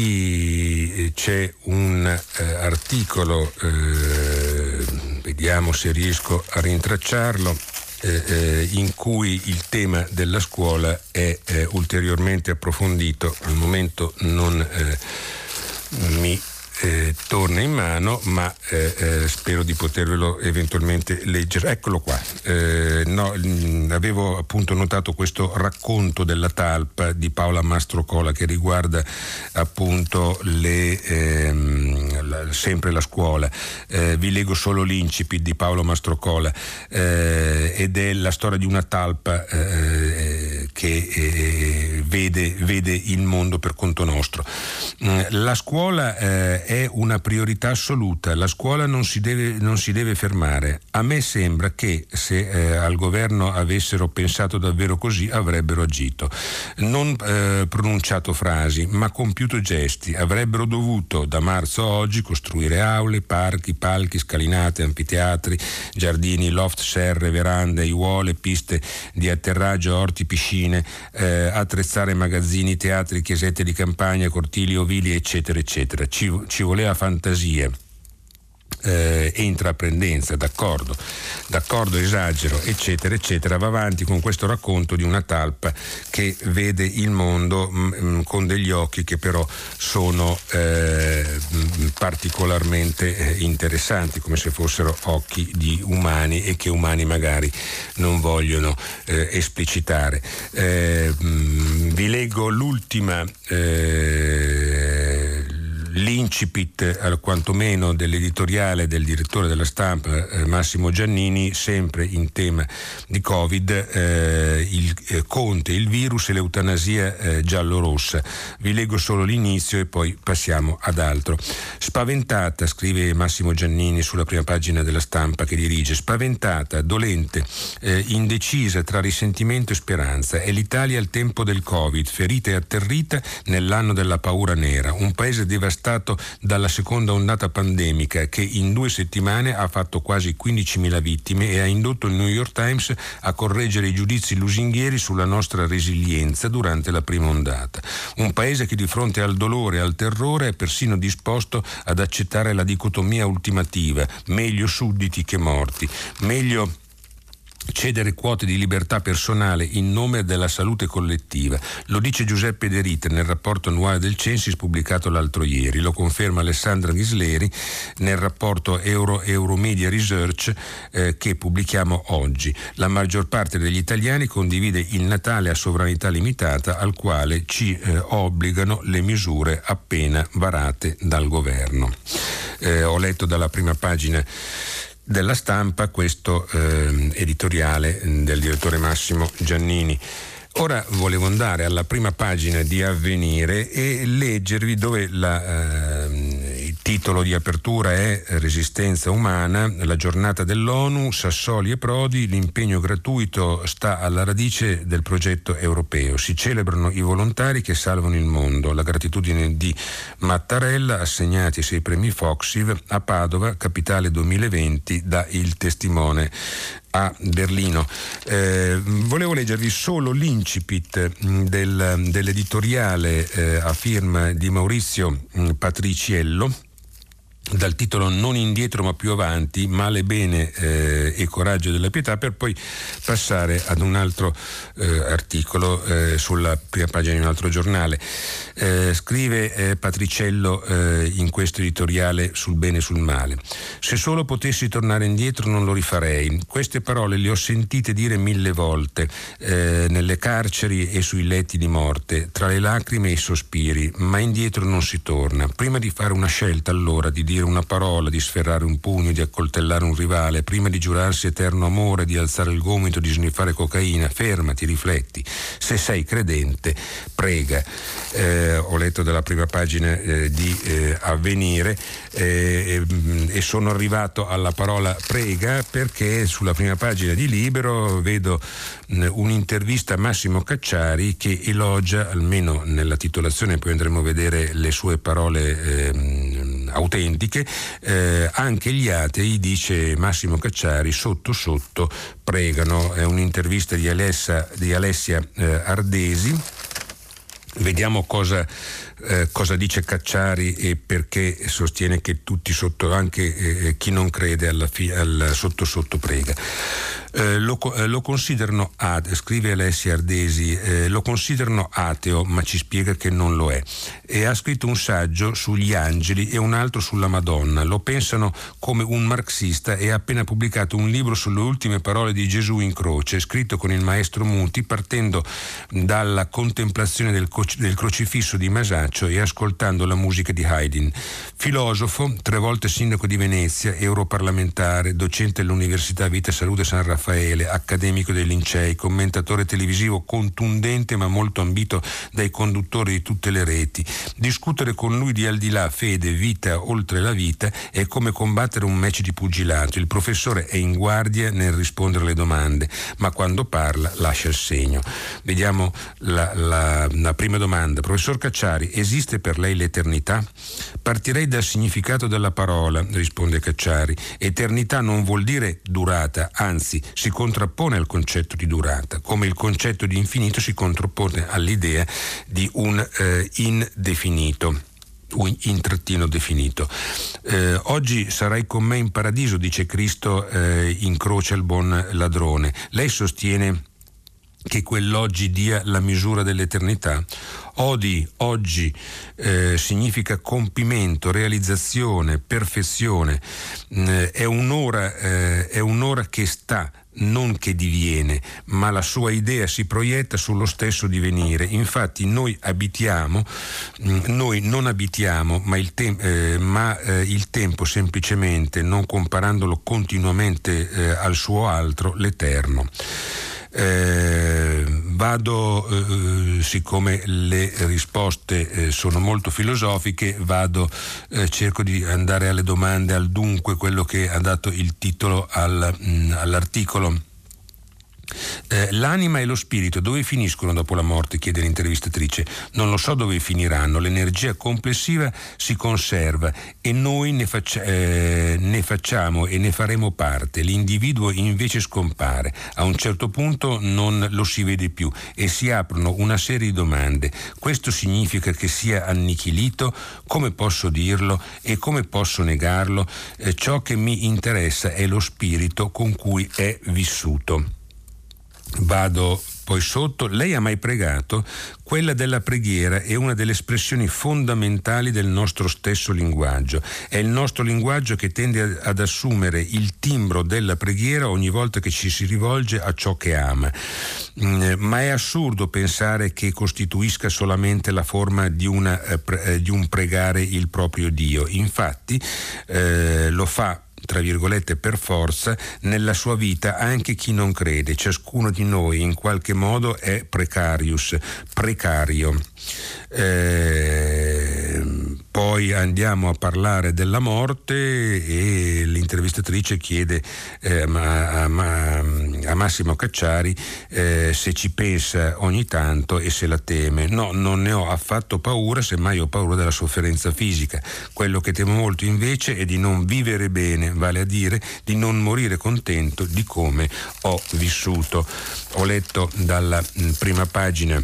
sì, c'è un eh, articolo, eh, vediamo se riesco a rintracciarlo, eh, eh, in cui il tema della scuola è eh, ulteriormente approfondito. Al momento non eh, mi eh, torna in mano, ma eh, eh, spero di potervelo eventualmente leggere. Eccolo qua. Eh, no, mh, avevo appunto notato questo racconto della talpa di Paola Mastrocola che riguarda appunto le, ehm, la, sempre la scuola. Eh, vi leggo solo l'incipit di Paolo Mastrocola eh, ed è la storia di una talpa eh, che eh, vede, vede il mondo per conto nostro. La scuola eh, è una priorità assoluta, la scuola non si deve, non si deve fermare. A me sembra che se eh, al governo avessero pensato davvero così avrebbero agito, non eh, pronunciato frasi ma compiuto gesti. Avrebbero dovuto da marzo a oggi costruire aule, parchi, palchi, scalinate, anfiteatri, giardini, loft, serre, verande, aiuole, piste di atterraggio, orti, piscine, eh, attrezzare magazzini, teatri, chiesette di campagna, cortili, ovili, eccetera eccetera. Ci, ci voleva fantasia eh, e intraprendenza, d'accordo, d'accordo, esagero, eccetera eccetera. Va avanti con questo racconto di una talpa che vede il mondo mh, con degli occhi che però sono eh, particolarmente eh, interessanti, come se fossero occhi di umani e che umani magari non vogliono eh, esplicitare. Eh, mh, vi leggo l'ultima eh, l'incipit eh, quantomeno dell'editoriale del direttore della Stampa eh, Massimo Giannini, sempre in tema di Covid, eh, il eh, Conte, il virus e l'eutanasia eh, giallo-rossa. Vi leggo solo l'inizio e poi passiamo ad altro. Spaventata, scrive Massimo Giannini sulla prima pagina della Stampa che dirige, spaventata, dolente, eh, indecisa tra risentimento e speranza. È l'Italia al tempo del Covid, ferita e atterrita nell'anno della paura nera, un paese devastato dalla seconda ondata pandemica che in due settimane ha fatto quasi quindicimila vittime e ha indotto il New York Times a correggere i giudizi lusinghieri sulla nostra resilienza durante la prima ondata. Un paese che di fronte al dolore e al terrore è persino disposto ad accettare la dicotomia ultimativa, meglio sudditi che morti, meglio cedere quote di libertà personale in nome della salute collettiva. Lo dice Giuseppe De Rita nel rapporto annuale del Censis pubblicato l'altro ieri, lo conferma Alessandra Ghisleri nel rapporto Euro Euromedia Research eh, che pubblichiamo oggi. La maggior parte degli italiani condivide il Natale a sovranità limitata al quale ci eh, obbligano le misure appena varate dal governo. Eh, ho letto dalla prima pagina della Stampa questo eh, editoriale del direttore Massimo Giannini. Ora volevo andare alla prima pagina di Avvenire e leggervi dove la, eh, il titolo di apertura è Resistenza umana, la giornata dell'ONU, Sassoli e Prodi, l'impegno gratuito sta alla radice del progetto europeo. Si celebrano i volontari che salvano il mondo, la gratitudine di Mattarella, assegnati sei premi Foxiv a Padova, capitale duemilaventi, da Il Testimone a Berlino. Eh, volevo leggervi solo l'incipit del, dell'editoriale eh, a firma di Maurizio Patriciello, dal titolo Non indietro ma più avanti, male, bene eh, e coraggio della pietà, per poi passare ad un altro eh, articolo eh, sulla prima pagina di un altro giornale. Eh, scrive eh, Patriciello eh, in questo editoriale sul bene e sul male: se solo potessi tornare indietro non lo rifarei. Queste parole le ho sentite dire mille volte eh, nelle carceri e sui letti di morte, tra le lacrime e i sospiri, ma indietro non si torna. Prima di fare una scelta, allora, di dire una parola, di sferrare un pugno, di accoltellare un rivale, prima di giurarsi eterno amore, di alzare il gomito, di sniffare cocaina, fermati, rifletti. Se sei credente, prega. Eh, ho letto dalla prima pagina eh, di eh, Avvenire eh, e sono arrivato alla parola prega perché sulla prima pagina di Libero vedo mh, un'intervista a Massimo Cacciari che elogia, almeno nella titolazione, poi andremo a vedere le sue parole eh, autentiche, eh, anche gli atei, dice Massimo Cacciari, sotto sotto pregano. È un'intervista di, Alessa, di Alessia eh, Ardesi. Vediamo cosa, eh, cosa dice Cacciari e perché sostiene che tutti sotto, anche eh, chi non crede alla fi, al sotto sotto prega. Eh, lo, eh, lo considerano ad, scrive Alessia Ardesi, eh, lo considerano ateo, ma ci spiega che non lo è. E ha scritto un saggio sugli angeli e un altro sulla Madonna. Lo pensano come un marxista e ha appena pubblicato un libro sulle ultime parole di Gesù in croce, scritto con il maestro Muti, partendo dalla contemplazione del, co- del crocifisso di Masaccio e ascoltando la musica di Haydn. Filosofo, tre volte sindaco di Venezia, europarlamentare, docente all'Università Vita Salute San Raffaele, accademico dei Lincei, commentatore televisivo contundente ma molto ambito dai conduttori di tutte le reti. Discutere con lui di al di là, fede, vita oltre la vita è come combattere un match di pugilato. Il professore è in guardia nel rispondere alle domande, ma quando parla lascia il segno. Vediamo la, la, la prima domanda. Professor Cacciari, esiste per lei l'eternità? Partirei dal significato della parola, risponde Cacciari. Eternità non vuol dire durata, anzi si contrappone al concetto di durata, come il concetto di infinito si contrappone all'idea di un eh, indefinito. In trattino definito. Eh, oggi sarai con me in paradiso, dice Cristo eh, in croce al buon ladrone. Lei sostiene che quell'oggi dia la misura dell'eternità? Odi, oggi, eh, significa compimento, realizzazione, perfezione. Mm, è un'ora, eh, è un'ora che sta, non che diviene, ma la sua idea si proietta sullo stesso divenire. Infatti noi abitiamo, noi non abitiamo, ma il, te- eh, ma, eh, il tempo semplicemente, non comparandolo continuamente eh, al suo altro, l'eterno. Eh, vado, eh, siccome le risposte eh, sono molto filosofiche, vado, eh, cerco di andare alle domande, al dunque, quello che ha dato il titolo al, mh, all'articolo. Eh, l'anima e lo spirito dove finiscono dopo la morte? Chiede l'intervistatrice. Non lo so dove finiranno, l'energia complessiva si conserva e noi ne, faccia, eh, ne facciamo e ne faremo parte. L'individuo invece scompare, a un certo punto non lo si vede più e si aprono una serie di domande. Questo significa che sia annichilito? Come posso dirlo e come posso negarlo? Eh, ciò che mi interessa è lo spirito con cui è vissuto. Vado poi sotto. Lei ha mai pregato? Quella della preghiera è una delle espressioni fondamentali del nostro stesso linguaggio. È il nostro linguaggio che tende ad assumere il timbro della preghiera ogni volta che ci si rivolge a ciò che ama. Mm, ma è assurdo pensare che costituisca solamente la forma di, una, eh, di un pregare il proprio Dio. Infatti eh, lo fa, tra virgolette, per forza nella sua vita anche chi non crede. Ciascuno di noi in qualche modo è precarius, precario. Eh, poi andiamo a parlare della morte e l'intervistatrice chiede eh, a, a, a Massimo Cacciari eh, se ci pensa ogni tanto e se la teme. No, non ne ho affatto paura, semmai ho paura della sofferenza fisica. Quello che temo molto invece è di non vivere bene, vale a dire di non morire contento di come ho vissuto. Ho letto dalla prima pagina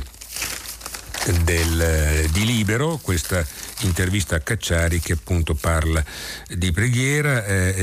del, di Libero questa intervista a Cacciari che appunto parla di preghiera. Eh,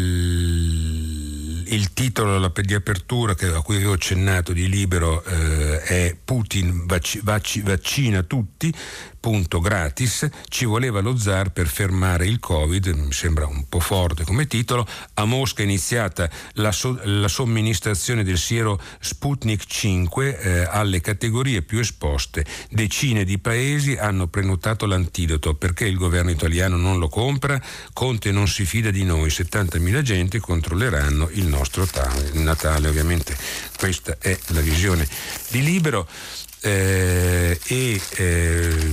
il, il titolo di apertura che, a cui avevo accennato di Libero eh, è Putin vac- vac- vaccina tutti, punto, gratis. Ci voleva lo zar per fermare il Covid, mi sembra un po' forte come titolo. A Mosca è iniziata la, so- la somministrazione del siero Sputnik cinque eh, alle categorie più esposte. Decine di paesi hanno prenotato l'antidoto. Perché il governo italiano non lo compra? Conte non si fida di noi, settantamila agenti controlleranno il nostro tale, il Natale. Ovviamente questa è la visione di Libero. Eh, e eh,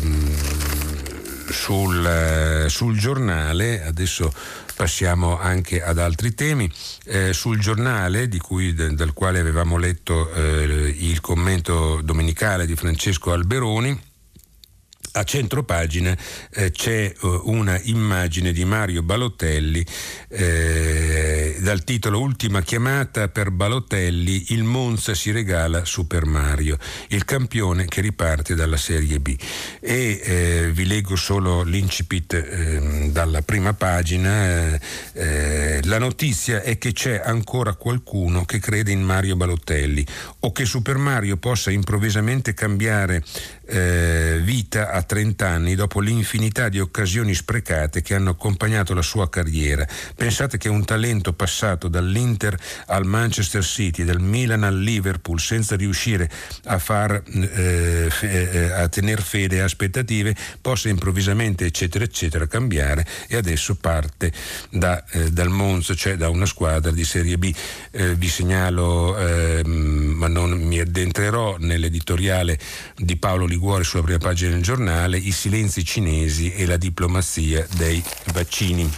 sul, sul giornale, adesso passiamo anche ad altri temi, eh, sul giornale di cui, dal quale avevamo letto eh, il commento domenicale di Francesco Alberoni, A centropagina eh, c'è uh, una immagine di Mario Balotelli eh, dal titolo Ultima chiamata per Balotelli, il Monza si regala Super Mario, il campione che riparte dalla Serie B. E eh, vi leggo solo l'incipit eh, dalla prima pagina. Eh, eh, la notizia è che c'è ancora qualcuno che crede in Mario Balotelli o che Super Mario possa improvvisamente cambiare eh, vita a trenta anni dopo l'infinità di occasioni sprecate che hanno accompagnato la sua carriera. Pensate che un talento passato dall'Inter al Manchester City, dal Milan al Liverpool senza riuscire a far eh, fe, a tener fede a aspettative possa improvvisamente eccetera eccetera cambiare, e adesso parte da, eh, dal Monza, cioè da una squadra di Serie B. Eh, vi segnalo, eh, ma non mi addentrerò, nell'editoriale di Paolo Liguori sulla prima pagina del giornale, i silenzi cinesi e la diplomazia dei vaccini.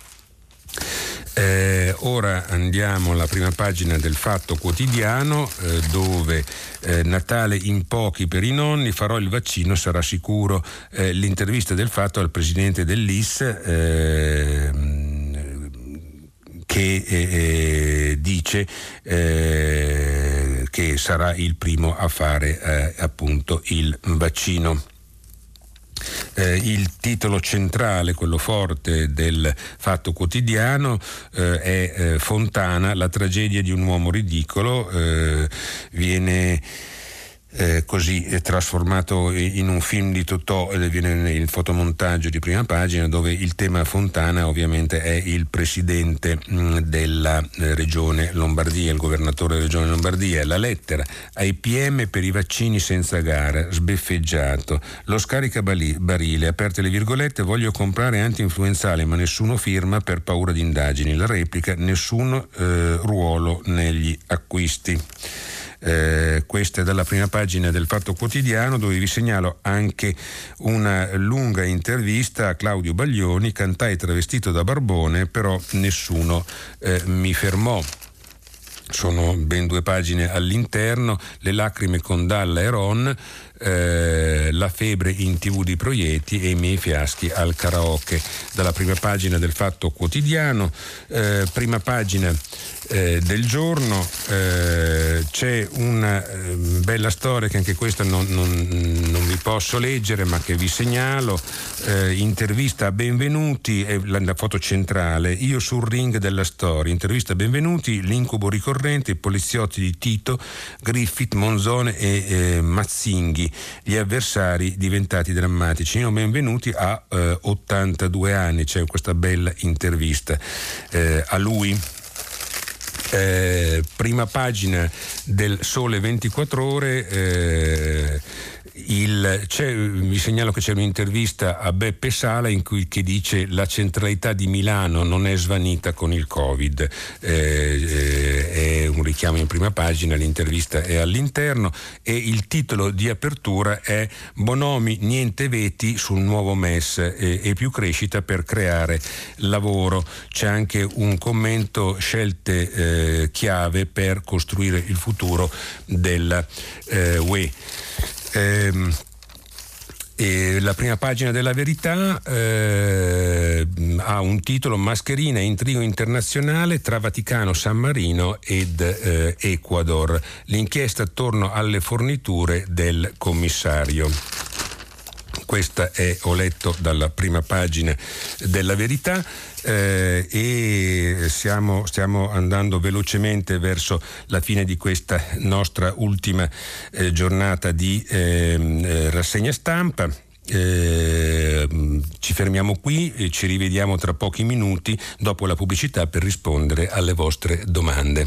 Eh, ora andiamo alla prima pagina del Fatto Quotidiano, eh, dove eh, Natale in pochi per i nonni, farò il vaccino, sarà sicuro. Eh, l'intervista del Fatto al presidente dell'I S eh, che eh, dice eh, che sarà il primo a fare eh, appunto il vaccino. Eh, il titolo centrale, quello forte del Fatto Quotidiano, eh, è eh, Fontana, la tragedia di un uomo ridicolo. Eh, viene Eh, così è trasformato in un film di Totò, eh, viene il fotomontaggio di prima pagina, dove il tema Fontana ovviamente è il presidente mh, della eh, regione Lombardia, il governatore della regione Lombardia. La lettera ai P M per i vaccini senza gara, sbeffeggiato, lo scaricabarile, aperte le virgolette, voglio comprare anti-influenzale ma nessuno firma per paura di indagini, la replica, nessun eh, ruolo negli acquisti. Eh, questa è dalla prima pagina del Fatto Quotidiano, dove vi segnalo anche una lunga intervista a Claudio Baglioni. Cantai travestito da barbone, però nessuno eh, mi fermò. Sono ben due pagine all'interno, le lacrime con Dalla e Ron, eh, la febbre in tv di Proietti e i miei fiaschi al karaoke. Dalla prima pagina del Fatto Quotidiano, eh, prima pagina eh, del Giorno, eh, c'è una eh, bella storia che anche questa non, non, non vi posso leggere, ma che vi segnalo. Eh, intervista a Benvenuti, è la, la foto centrale, io sul ring della storia, intervista a Benvenuti, l'incubo ricorrente, i poliziotti di Tito, Griffith, Monzone e eh, Mazzinghi, gli avversari diventati drammatici. Io Benvenuti ha eh, ottantadue anni, c'è questa bella intervista eh, a lui. Eh, prima pagina del Sole ventiquattro Ore, eh, il, c'è, vi segnalo che c'è un'intervista a Beppe Sala in cui che dice la centralità di Milano non è svanita con il Covid. Eh, eh, è un richiamo in prima pagina, l'intervista è all'interno e il titolo di apertura è Bonomi, niente veti sul nuovo M E S e, e più crescita per creare lavoro. C'è anche un commento, scelte eh, chiave per costruire il futuro della eh, U E. Eh, e la prima pagina della Verità eh, ha un titolo: Mascherina, intrigo internazionale tra Vaticano, San Marino ed eh, Ecuador, l'inchiesta attorno alle forniture del commissario. Questa è, ho letto dalla prima pagina della Verità. Eh, e siamo, stiamo andando velocemente verso la fine di questa nostra ultima eh, giornata di eh, eh, rassegna stampa. Eh, ci fermiamo qui e ci rivediamo tra pochi minuti dopo la pubblicità per rispondere alle vostre domande.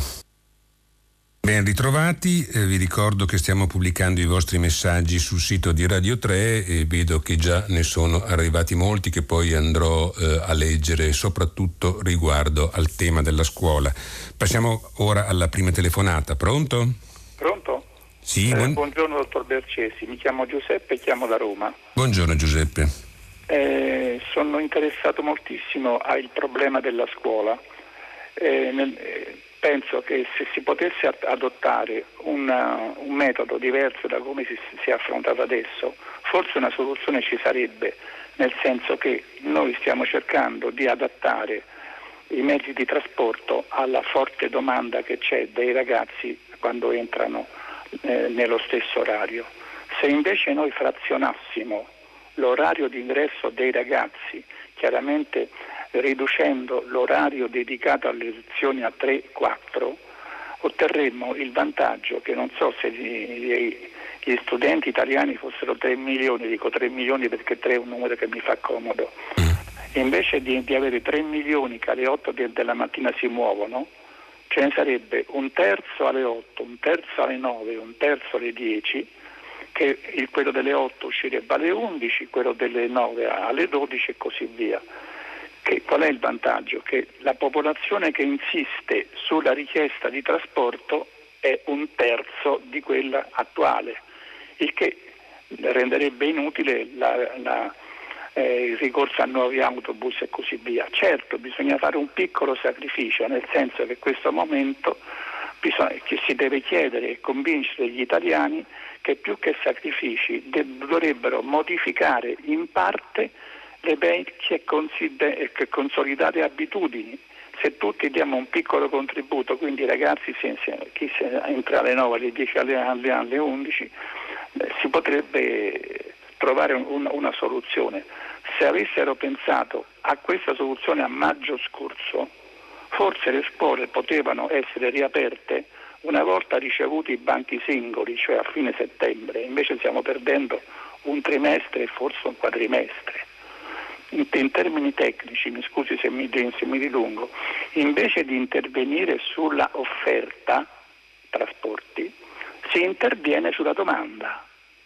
Ben ritrovati, eh, vi ricordo che stiamo pubblicando i vostri messaggi sul sito di Radio tre e vedo che già ne sono arrivati molti che poi andrò eh, a leggere, soprattutto riguardo al tema della scuola. Passiamo ora alla prima telefonata. Pronto? Pronto? Sì. Eh, buon... Buongiorno dottor Bercesi, mi chiamo Giuseppe e chiamo da Roma. Buongiorno Giuseppe. Eh, sono interessato moltissimo al problema della scuola Eh, nel, eh, penso che se si potesse adottare una, un metodo diverso da come si, si è affrontato adesso, forse una soluzione ci sarebbe, nel senso che noi stiamo cercando di adattare i mezzi di trasporto alla forte domanda che c'è dei ragazzi quando entrano eh, nello stesso orario. Se invece noi frazionassimo l'orario di ingresso dei ragazzi, chiaramente riducendo l'orario dedicato alle lezioni a tre quattro, otterremmo il vantaggio che non so se gli, gli studenti italiani fossero tre milioni, dico tre milioni perché tre è un numero che mi fa comodo, invece di, di avere tre milioni che alle otto de, della mattina si muovono, ce ne sarebbe un terzo alle otto, un terzo alle nove, un terzo alle dieci, che il, quello delle otto uscirebbe alle undici, quello delle nove alle dodici e così via. Che, qual è il vantaggio? Che la popolazione che insiste sulla richiesta di trasporto è un terzo di quella attuale, il che renderebbe inutile la, la, eh, il ricorso a nuovi autobus e così via. Certo, bisogna fare un piccolo sacrificio, nel senso che in questo momento bisogna, che si deve chiedere e convincere gli italiani che più che sacrifici de- dovrebbero modificare in parte le vecchie e consolidate abitudini. Se tutti diamo un piccolo contributo, quindi i ragazzi se, se, chi se entra alle nove, alle dieci, alle, alle, alle undici, eh, si potrebbe trovare un, una soluzione. Se avessero pensato a questa soluzione a maggio scorso, forse le scuole potevano essere riaperte una volta ricevuti i banchi singoli, cioè a fine settembre. Invece stiamo perdendo un trimestre e forse un quadrimestre. In, in termini tecnici, mi scusi se mi, se mi dilungo, invece di intervenire sulla offerta trasporti, si interviene sulla domanda.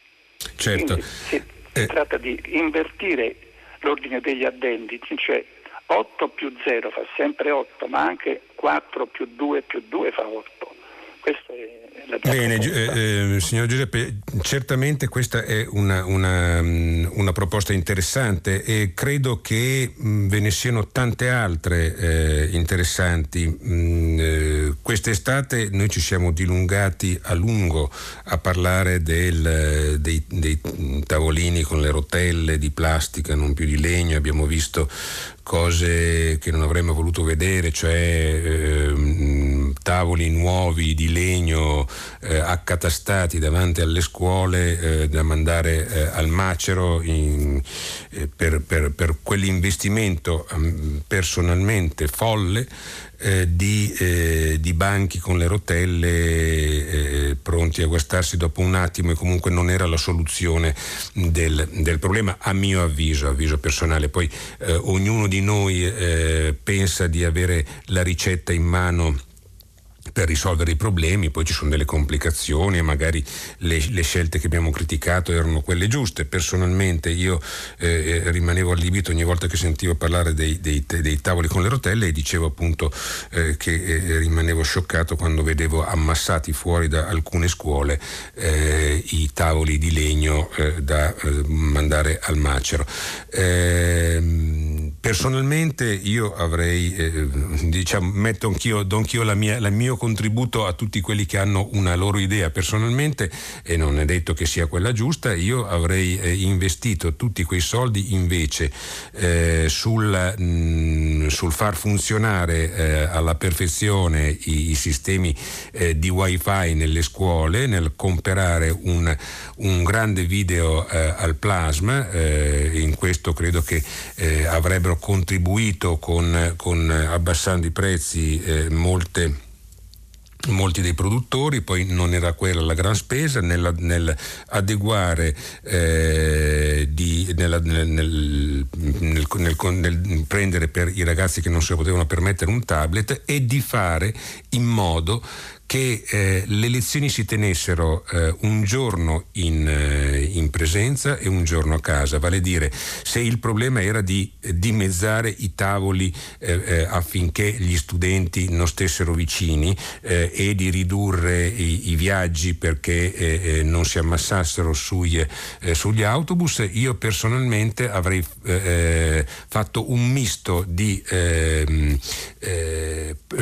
Certo. Quindi si, eh. si tratta di invertire l'ordine degli addendi, cioè otto più zero fa sempre otto, ma anche quattro più due più due fa otto. Questo è la Bene, eh, signor Giuseppe, certamente questa è una, una, una proposta interessante e credo che mh, ve ne siano tante altre eh, interessanti. Mh, eh, quest'estate noi ci siamo dilungati a lungo a parlare del, dei, dei tavolini con le rotelle di plastica, non più di legno. Abbiamo visto cose che non avremmo voluto vedere, cioè eh, tavoli nuovi di legno eh, accatastati davanti alle scuole eh, da mandare eh, al macero in, eh, per, per, per quell'investimento um, personalmente folle eh, di, eh, di banchi con le rotelle eh, pronti a guastarsi dopo un attimo, e comunque non era la soluzione del, del problema, a mio avviso, avviso personale. Poi eh, ognuno di noi eh, pensa di avere la ricetta in mano per risolvere i problemi, poi ci sono delle complicazioni e magari le, le scelte che abbiamo criticato erano quelle giuste. Personalmente io eh, rimanevo allibito ogni volta che sentivo parlare dei, dei, dei tavoli con le rotelle, e dicevo appunto eh, che eh, rimanevo scioccato quando vedevo ammassati fuori da alcune scuole eh, i tavoli di legno eh, da eh, mandare al macero. Eh, personalmente io avrei eh, diciamo metto anch'io, do anch'io la mia, la mia contributo a tutti quelli che hanno una loro idea personalmente, e non è detto che sia quella giusta. Io avrei eh, investito tutti quei soldi invece eh, sul, mh, sul far funzionare eh, alla perfezione i, i sistemi eh, di wifi nelle scuole, nel comprare un, un grande video eh, al plasma. Eh, in questo credo che eh, avrebbero contribuito con, con abbassando i prezzi eh, molte molti dei produttori. Poi non era quella la gran spesa nella, nel adeguare eh, di, nella, nel, nel, nel, nel, nel prendere per i ragazzi che non se lo potevano permettere un tablet, e di fare in modo che eh, le lezioni si tenessero eh, un giorno in, eh, in presenza e un giorno a casa, vale a dire, se il problema era di eh, dimezzare i tavoli eh, eh, affinché gli studenti non stessero vicini eh, e di ridurre i, i viaggi perché eh, eh, non si ammassassero sui, eh, sugli autobus, io personalmente avrei eh, fatto un misto di eh, eh,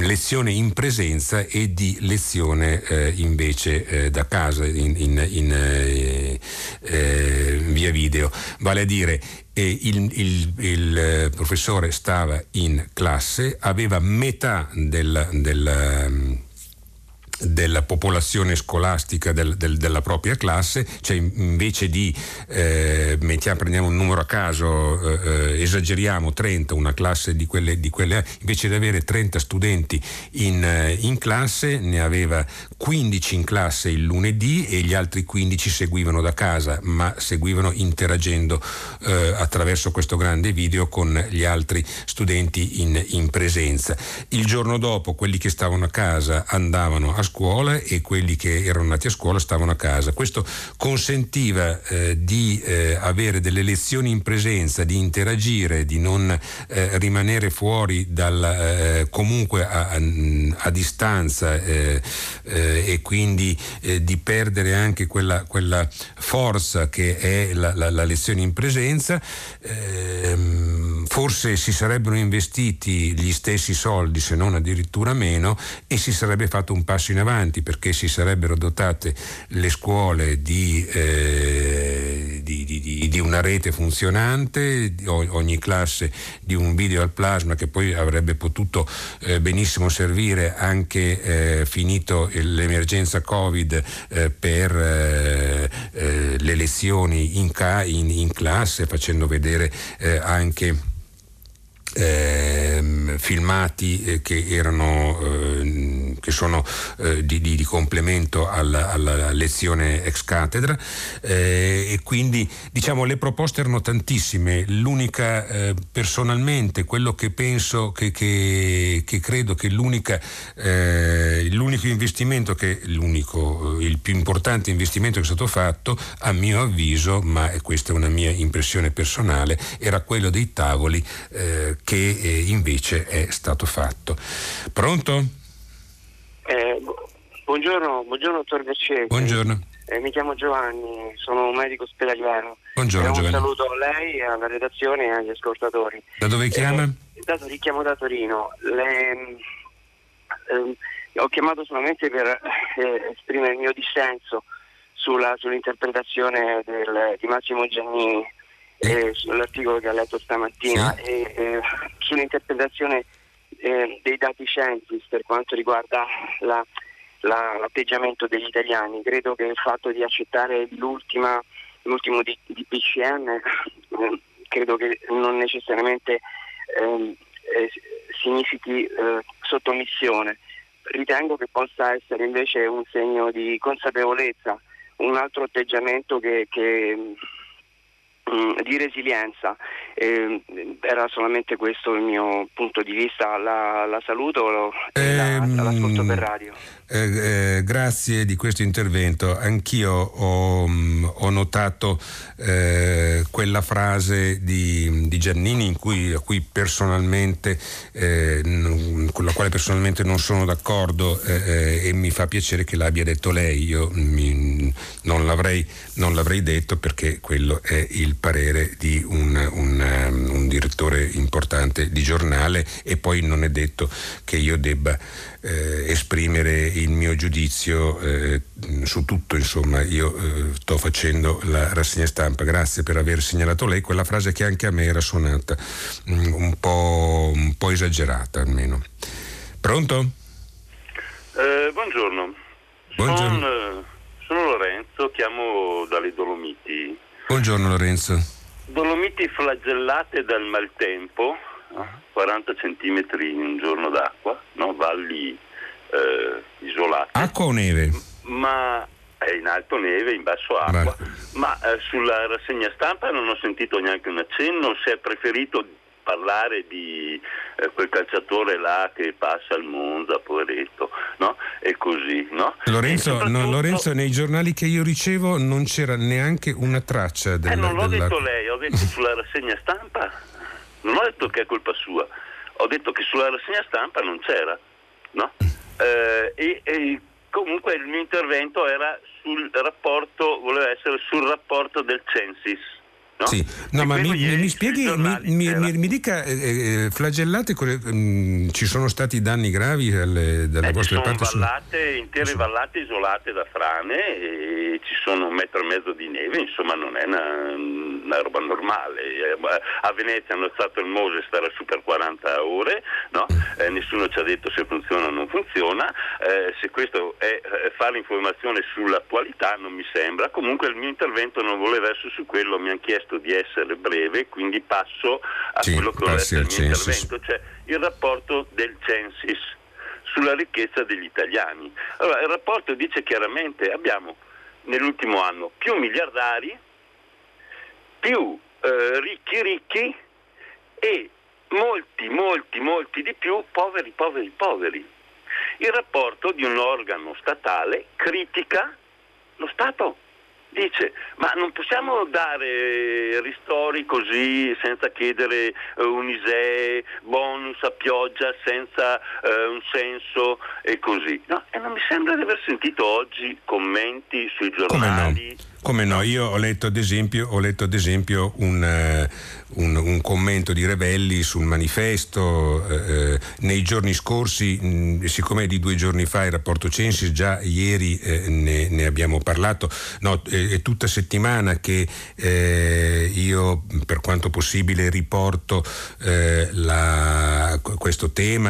lezione in presenza e di lezione eh, invece eh, da casa in, in, in eh, eh, via video, vale a dire E il, il, il professore stava in classe, aveva metà del, del, della popolazione scolastica del, del, della propria classe, cioè invece di eh, mettiamo, prendiamo un numero a caso, eh, esageriamo trenta, una classe di quelle, di quelle, invece di avere trenta studenti in, in classe, ne aveva quindici in classe il lunedì e gli altri quindici seguivano da casa, ma seguivano interagendo eh, attraverso questo grande video con gli altri studenti in, in presenza. Il giorno dopo quelli che stavano a casa andavano a scuola e quelli che erano andati a scuola stavano a casa. Questo consentiva eh, di eh, avere delle lezioni in presenza, di interagire, di non eh, rimanere fuori dal, eh, comunque a, a, a distanza eh, eh, e quindi eh, di perdere anche quella, quella forza che è la, la, la lezione in presenza. Eh, forse si sarebbero investiti gli stessi soldi, se non addirittura meno, e si sarebbe fatto un passo in avanti, perché si sarebbero dotate le scuole di, eh, di, di, di una rete funzionante, ogni classe di un video al plasma che poi avrebbe potuto eh, benissimo servire anche eh, finito l'emergenza Covid eh, per eh, eh, le lezioni in, ca- in, in classe, facendo vedere eh, anche Eh, filmati eh, che erano eh, che sono eh, di, di, di complemento alla, alla lezione ex cattedra eh, e quindi diciamo le proposte erano tantissime. L'unica eh, personalmente quello che penso che, che, che credo che l'unica eh, l'unico investimento che l'unico il più importante investimento che è stato fatto, a mio avviso, ma questa è una mia impressione personale, era quello dei tavoli eh, che eh, invece è stato fatto. Pronto? Eh, buongiorno, buongiorno dottor Vercesi. Buongiorno. Eh, mi chiamo Giovanni, sono un medico ospedaliero. Buongiorno, eh, un Giovanni. saluto a lei, alla redazione e agli ascoltatori. Da dove chiama? Eh, da, richiamo da Torino. Le, eh, ho chiamato solamente per eh, esprimere il mio dissenso sulla, sull'interpretazione del, di Massimo Giannini. Eh, sull'articolo che ha letto stamattina sì. e eh, sull'interpretazione eh, dei dati Censis per quanto riguarda la, la, l'atteggiamento degli italiani. Credo che il fatto di accettare l'ultima, l'ultimo D P C M eh, credo che non necessariamente eh, eh, significhi eh, sottomissione. Ritengo che possa essere invece un segno di consapevolezza, un altro atteggiamento che, che di resilienza. Eh, era solamente questo il mio punto di vista. La, la saluto e ehm, la, l'ascolto per radio. Eh, eh, grazie di questo intervento. Anch'io ho, ho notato eh, quella frase di, di Giannini in cui, a cui personalmente eh, non, con la quale personalmente non sono d'accordo eh, e mi fa piacere che l'abbia detto lei. Io mi, non, l'avrei, non l'avrei detto, perché quello è il parere di un, un, un direttore importante di giornale, e poi non è detto che io debba eh, esprimere il mio giudizio eh, su tutto. Insomma, io eh, sto facendo la rassegna stampa. Grazie per aver segnalato lei quella frase che anche a me era suonata mh, un po', un po' esagerata almeno. Pronto? Eh, buongiorno. Buongiorno. Sono, sono Lorenzo, chiamo dalle Dolomiti. Buongiorno Lorenzo. Dolomiti flagellate dal maltempo, quaranta centimetri in un giorno d'acqua, no? Valli eh, isolate. Acqua o neve? Ma è in alto neve, in basso acqua. Beh. Ma eh, sulla rassegna stampa non ho sentito neanche un accenno. Si è preferito parlare di eh, quel calciatore là che passa al Monza, poveretto, no? E così, no? Lorenzo, soprattutto... no, Lorenzo, nei giornali che io ricevo non c'era neanche una traccia della... Eh, non l'ho della... detto lei, ho detto sulla rassegna stampa, non ho detto che è colpa sua, ho detto che sulla rassegna stampa non c'era, no? Eh, e, e comunque il mio intervento era sul rapporto, voleva essere sul rapporto del Censis, No? Sì, no, ma mi, mi spieghi, mi, mi, mi, mi dica, eh, flagellate, mh, ci sono stati danni gravi alle, dalle eh, vostre parti? Ci sono vallate, su... intere su... vallate isolate da frane, e ci sono un metro e mezzo di neve, insomma non è una, una roba normale. A Venezia hanno alzato il Mose, starà su per quaranta ore, no? eh, nessuno ci ha detto se funziona o non funziona, eh, se questo è eh, fare informazione sull'attualità non mi sembra. Comunque il mio intervento non voleva essere su quello, mi hanno chiesto di essere breve, quindi passo a sì, quello che vuole essere il mio censis. intervento, cioè il rapporto del Censis sulla ricchezza degli italiani. Allora, il rapporto dice chiaramente: abbiamo nell'ultimo anno più miliardari, più eh, ricchi ricchi e molti, molti, molti di più poveri, poveri, poveri. Il rapporto di un organo statale critica lo Stato. Dice: ma non possiamo dare ristori così senza chiedere uh, un I S E E, bonus a pioggia senza uh, un senso e così. No, e non mi sembra di aver sentito oggi commenti sui giornali. Come no? Come no? Io ho letto ad esempio, ho letto ad esempio un, uh, un, un commento di Revelli sul Manifesto uh, nei giorni scorsi, mh, siccome è di due giorni fa il rapporto Censis, già ieri eh, ne, ne abbiamo parlato. No, è, è tutta settimana che eh, io per quanto possibile riporto eh, la, questo tema,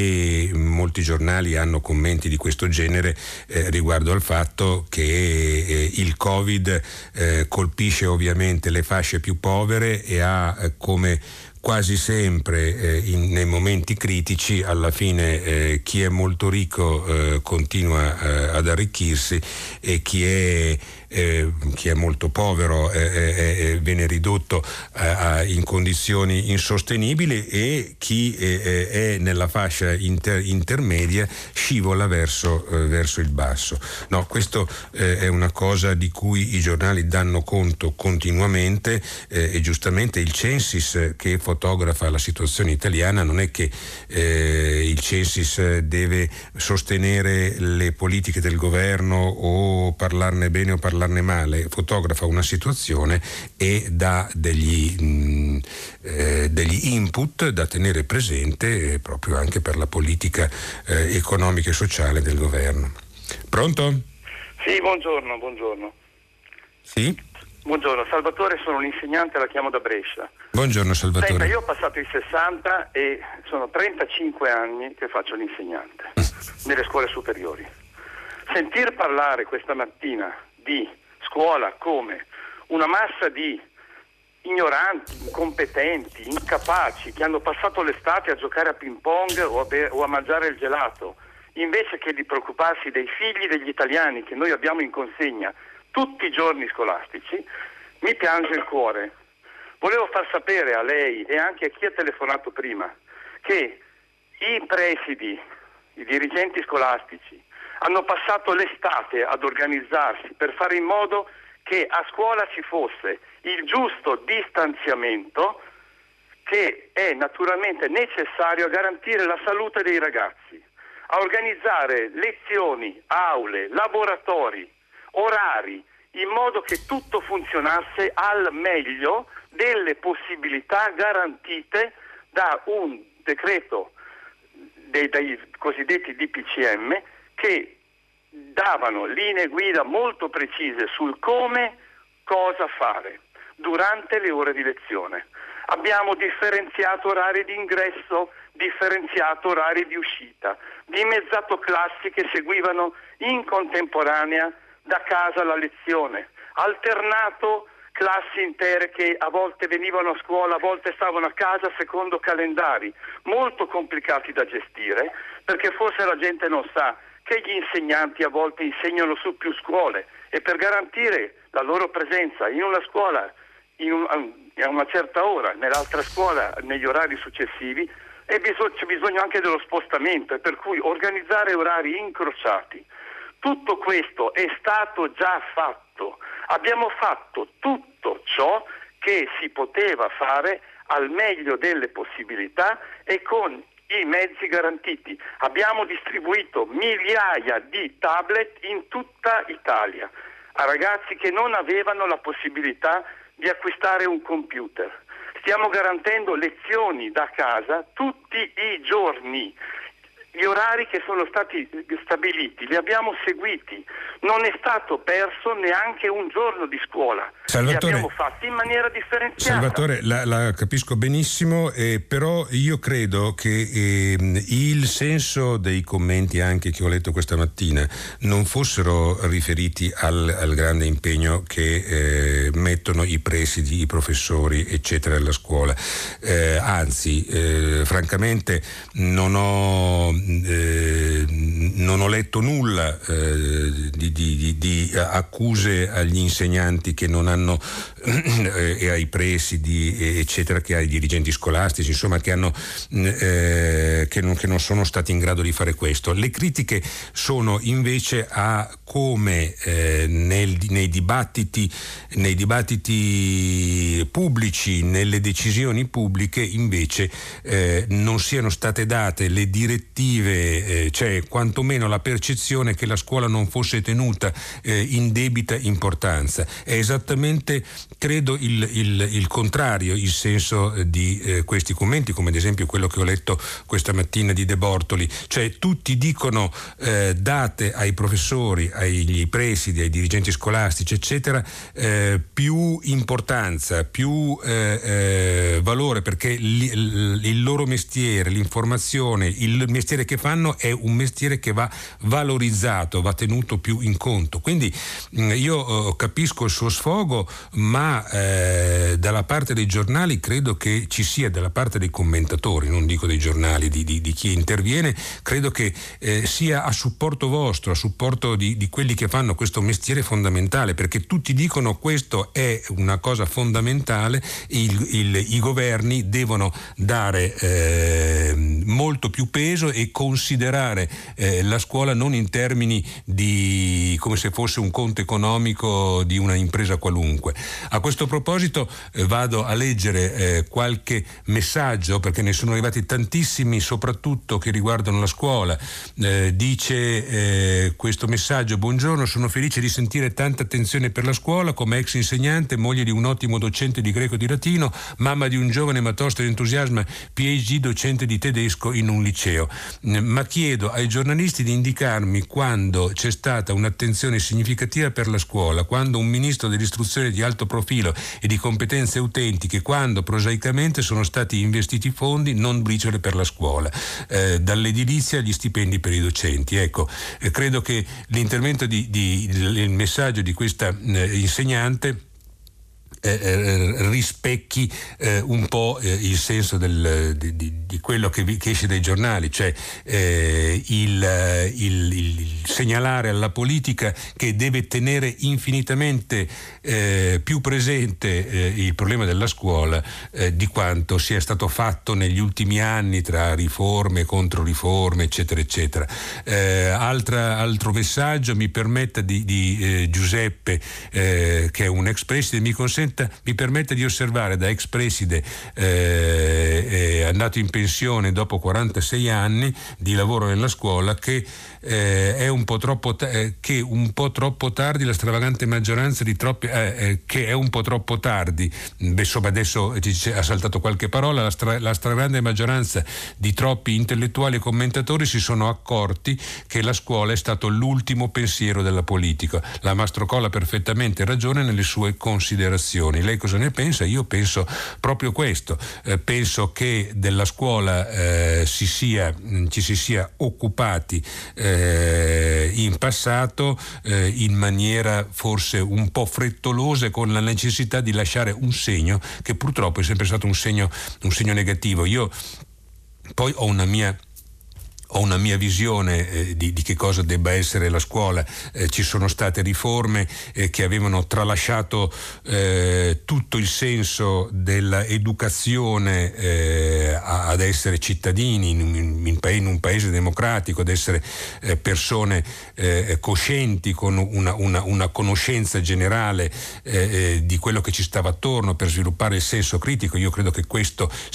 e molti giornali hanno commenti di questo genere eh, riguardo al fatto che eh, il Covid Eh, colpisce ovviamente le fasce più povere e ha eh, come quasi sempre eh, in, nei momenti critici alla fine eh, chi è molto ricco eh, continua eh, ad arricchirsi, e chi è Eh, chi è molto povero eh, eh, viene ridotto eh, in condizioni insostenibili, e chi eh, è nella fascia inter- intermedia scivola verso, eh, verso il basso. No, questo eh, è una cosa di cui i giornali danno conto continuamente eh, e giustamente il Censis, che fotografa la situazione italiana, non è che eh, il Censis deve sostenere le politiche del governo o parlarne bene o parlarne male, fotografa una situazione e dà degli, mh, eh, degli input da tenere presente eh, proprio anche per la politica eh, economica e sociale del governo. Pronto? Sì, buongiorno, buongiorno. Sì? Buongiorno, Salvatore, sono un insegnante, la chiamo da Brescia. Buongiorno Salvatore. Senta, io ho passato i sessanta e sono trentacinque anni che faccio l'insegnante nelle scuole superiori. Sentir parlare questa mattina di scuola come una massa di ignoranti, incompetenti, incapaci, che hanno passato l'estate a giocare a ping pong o a, be- o a mangiare il gelato, invece che di preoccuparsi dei figli degli italiani che noi abbiamo in consegna tutti i giorni scolastici, mi piange il cuore. Volevo far sapere a lei e anche a chi ha telefonato prima che i presidi, i dirigenti scolastici, hanno passato l'estate ad organizzarsi per fare in modo che a scuola ci fosse il giusto distanziamento che è naturalmente necessario a garantire la salute dei ragazzi, a organizzare lezioni, aule, laboratori, orari, in modo che tutto funzionasse al meglio delle possibilità garantite da un decreto dei, dei cosiddetti D P C M, che davano linee guida molto precise sul come, cosa fare durante le ore di lezione. Abbiamo differenziato orari di ingresso, differenziato orari di uscita, dimezzato classi che seguivano in contemporanea da casa la lezione, alternato classi intere che a volte venivano a scuola, a volte stavano a casa secondo calendari molto complicati da gestire, perché forse la gente non sa che gli insegnanti a volte insegnano su più scuole e per garantire la loro presenza in una scuola in un, a una certa ora, nell'altra scuola negli orari successivi, e bisog- c'è bisogno anche dello spostamento, e per cui organizzare orari incrociati. Tutto questo è stato già fatto. Abbiamo fatto tutto ciò che si poteva fare al meglio delle possibilità e con i mezzi garantiti. Abbiamo distribuito migliaia di tablet in tutta Italia a ragazzi che non avevano la possibilità di acquistare un computer. Stiamo garantendo lezioni da casa tutti i giorni. Gli orari che sono stati stabiliti li abbiamo seguiti, non è stato perso neanche un giorno di scuola. Salvatore, li abbiamo fatti in maniera differenziata. Salvatore, la, la capisco benissimo, eh, però io credo che eh, il senso dei commenti anche che ho letto questa mattina non fossero riferiti al, al grande impegno che eh, mettono i presidi, i professori, eccetera, alla scuola. Eh, anzi, eh, francamente non ho Eh, non ho letto nulla eh, di, di, di accuse agli insegnanti che non hanno eh, e ai presidi eccetera, che ai dirigenti scolastici, insomma, che hanno eh, che, non, che non sono stati in grado di fare questo. Le critiche sono invece a come eh, nel, nei dibattiti nei dibattiti pubblici, nelle decisioni pubbliche invece eh, non siano state date le direttive, eh, cioè quantomeno la percezione che la scuola non fosse tenuta eh, in debita importanza. È esattamente, credo, il, il, il contrario il senso di eh, questi commenti, come ad esempio quello che ho letto questa mattina di De Bortoli, cioè tutti dicono eh, date ai professori, ai presidi, ai dirigenti scolastici eccetera eh, più importanza, più eh, eh, valore, perché li, il, il loro mestiere, l'informazione, il mestiere che fanno è un mestiere che va valorizzato, va tenuto più in conto. Quindi mh, io eh, capisco il suo sfogo, ma eh, dalla parte dei giornali credo che ci sia, dalla parte dei commentatori, non dico dei giornali, di, di, di chi interviene, credo che eh, sia a supporto vostro, a supporto di, di quelli che fanno questo mestiere fondamentale, perché tutti dicono questo è una cosa fondamentale, il, il, i governi devono dare eh, molto più peso e considerare eh, la scuola non in termini di come se fosse un conto economico di una impresa qualunque. A questo proposito eh, vado a leggere eh, qualche messaggio, perché ne sono arrivati tantissimi, soprattutto che riguardano la scuola. Eh, dice eh, questo messaggio: buongiorno, sono felice di sentire tanta attenzione per la scuola. Come ex insegnante, moglie di un ottimo docente di greco e di latino, mamma di un giovane ma tosto di entusiasmo P H D docente di tedesco in un liceo. Ma chiedo ai giornalisti di indicarmi quando c'è stata un'attenzione significativa per la scuola, quando un ministro dell'istruzione di alto profilo e di competenze autentiche, quando prosaicamente sono stati investiti fondi, non briciole per la scuola, eh, dall'edilizia agli stipendi per i docenti. Ecco, eh, credo che l'intervento di, di il messaggio di questa eh, insegnante Eh, rispecchi eh, un po' eh, il senso del, di, di, di quello che, vi, che esce dai giornali, cioè eh, il, il, il segnalare alla politica che deve tenere infinitamente eh, più presente eh, il problema della scuola eh, di quanto sia stato fatto negli ultimi anni tra riforme, controriforme, eccetera eccetera. Eh, altra, altro messaggio mi permetta di, di eh, Giuseppe eh, che è un ex preside, mi consente mi permette di osservare da ex preside eh, eh, andato in pensione dopo quarantasei anni di lavoro nella scuola che eh, è un po' troppo ta- eh, che un po' troppo tardi la stravagante maggioranza di troppi eh, eh, che è un po' troppo tardi Beh, insomma adesso ci ha saltato qualche parola la, stra- la stragrande maggioranza di troppi intellettuali e commentatori si sono accorti che la scuola è stato l'ultimo pensiero della politica. La Mastrocola ha perfettamente ragione nelle sue considerazioni. Lei cosa ne pensa? Io penso proprio questo, eh, penso che della scuola eh, si sia, ci si sia occupati eh, in passato eh, in maniera forse un po' frettolosa, con la necessità di lasciare un segno che purtroppo è sempre stato un segno, un segno negativo. Io poi ho una mia Ho una mia visione eh, di, di che cosa debba essere la scuola. Eh, ci sono state riforme eh, che avevano tralasciato eh, tutto il senso dell'educazione eh, ad essere cittadini in, in, in, in un paese democratico, ad essere eh, persone eh, coscienti, con una, una, una conoscenza generale eh, eh, di quello che ci stava attorno, per sviluppare il senso critico. Io credo che questo sia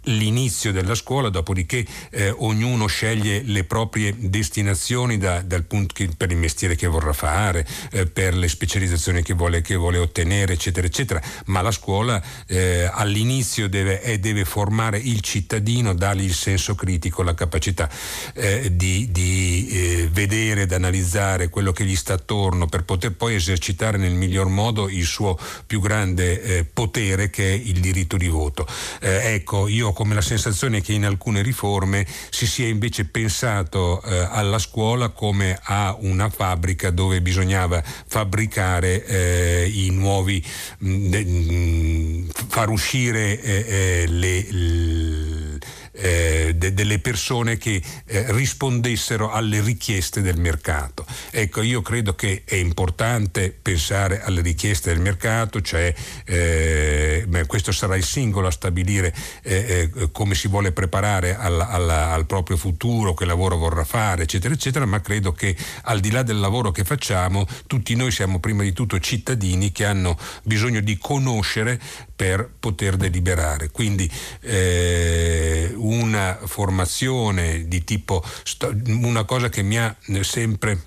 l'inizio della scuola, dopodiché eh, ognuno sceglie le proprie destinazioni da, dal punto che, per il mestiere che vorrà fare, eh, per le specializzazioni che vuole, che vuole ottenere, eccetera, eccetera. Ma la scuola eh, all'inizio deve, eh, deve formare il cittadino, dargli il senso critico, la capacità eh, di, di eh, vedere ed analizzare quello che gli sta attorno, per poter poi esercitare nel miglior modo il suo più grande eh, potere, che è il diritto di voto. Eh, ecco, io come la sensazione che in alcune riforme si sia invece pensato eh, alla scuola come a una fabbrica dove bisognava fabbricare eh, i nuovi, mh, de, mh, far uscire eh, eh, le, le Eh, de, delle persone che eh, rispondessero alle richieste del mercato. Ecco, io credo che è importante pensare alle richieste del mercato, cioè eh, beh, questo sarà il singolo a stabilire eh, eh, come si vuole preparare alla, alla, al proprio futuro, che lavoro vorrà fare, eccetera, eccetera, ma credo che al di là del lavoro che facciamo, tutti noi siamo prima di tutto cittadini che hanno bisogno di conoscere per poter deliberare. Quindi eh, una formazione di tipo, una cosa che mi ha sempre,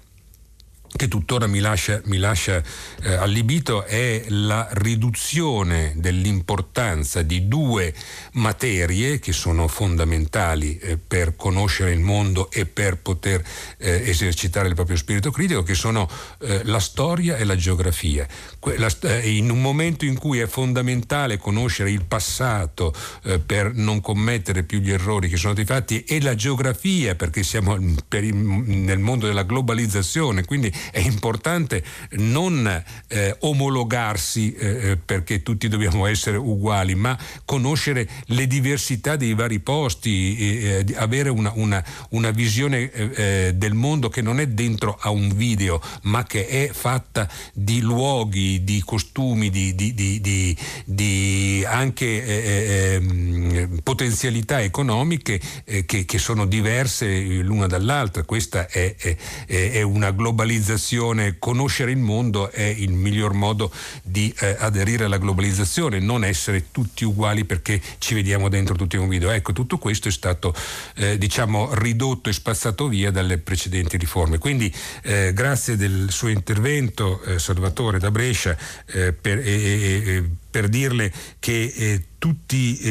che tuttora mi lascia, mi lascia eh, allibito, è la riduzione dell'importanza di due materie che sono fondamentali eh, per conoscere il mondo e per poter eh, esercitare il proprio spirito critico, che sono eh, la storia e la geografia. Que- la, eh, in un momento in cui è fondamentale conoscere il passato eh, per non commettere più gli errori che sono stati fatti, e la geografia perché siamo per il, nel mondo della globalizzazione, quindi è importante non eh, omologarsi eh, perché tutti dobbiamo essere uguali, ma conoscere le diversità dei vari posti, eh, eh, avere una, una, una visione eh, del mondo che non è dentro a un video, ma che è fatta di luoghi, di costumi, di, di, di, di, di anche eh, eh, potenzialità economiche eh, che, che sono diverse l'una dall'altra. Questa è, è, è una globalizzazione. Conoscere il mondo è il miglior modo di eh, aderire alla globalizzazione, non essere tutti uguali perché ci vediamo dentro tutti un video. Ecco, tutto questo è stato eh, diciamo ridotto e spazzato via dalle precedenti riforme. Quindi eh, grazie del suo intervento, eh, Salvatore da Brescia, eh, per, eh, eh, per dirle che eh, tutti eh,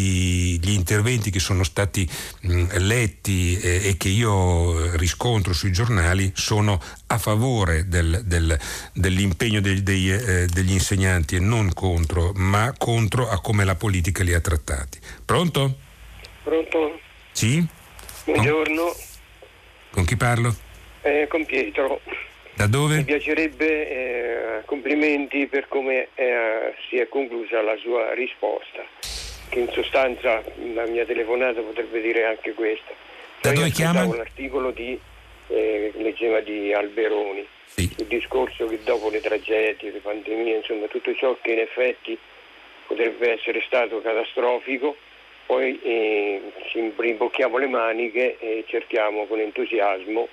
i, gli interventi che sono stati mh, letti eh, e che io riscontro sui giornali sono a favore del, del, dell'impegno dei, dei, eh, degli insegnanti, e non contro, ma contro a come la politica li ha trattati. Pronto? Pronto? Sì? Buongiorno. Con, con chi parlo? Eh, con Pietro. Da dove? Mi piacerebbe, eh, complimenti per come eh, si è conclusa la sua risposta, che in sostanza la mia telefonata potrebbe dire anche questo. Da Poi dove chiama? L'articolo di eh, leggeva di Alberoni, sì. Il discorso che dopo le tragedie, le pandemie, insomma tutto ciò che in effetti potrebbe essere stato catastrofico, poi eh, ci rimbocchiamo le maniche e cerchiamo con entusiasmo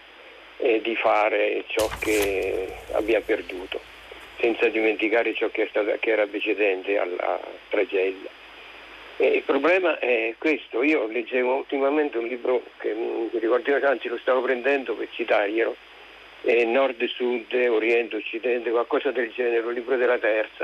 e di fare ciò che abbiamo perduto, senza dimenticare ciò che, è stato, che era precedente alla tragedia. E il problema è questo. Io leggevo ultimamente un libro che mi ricordo, anzi lo stavo prendendo per citarglielo, eh, Nord, Sud, Oriente, Occidente, qualcosa del genere, un libro della terza,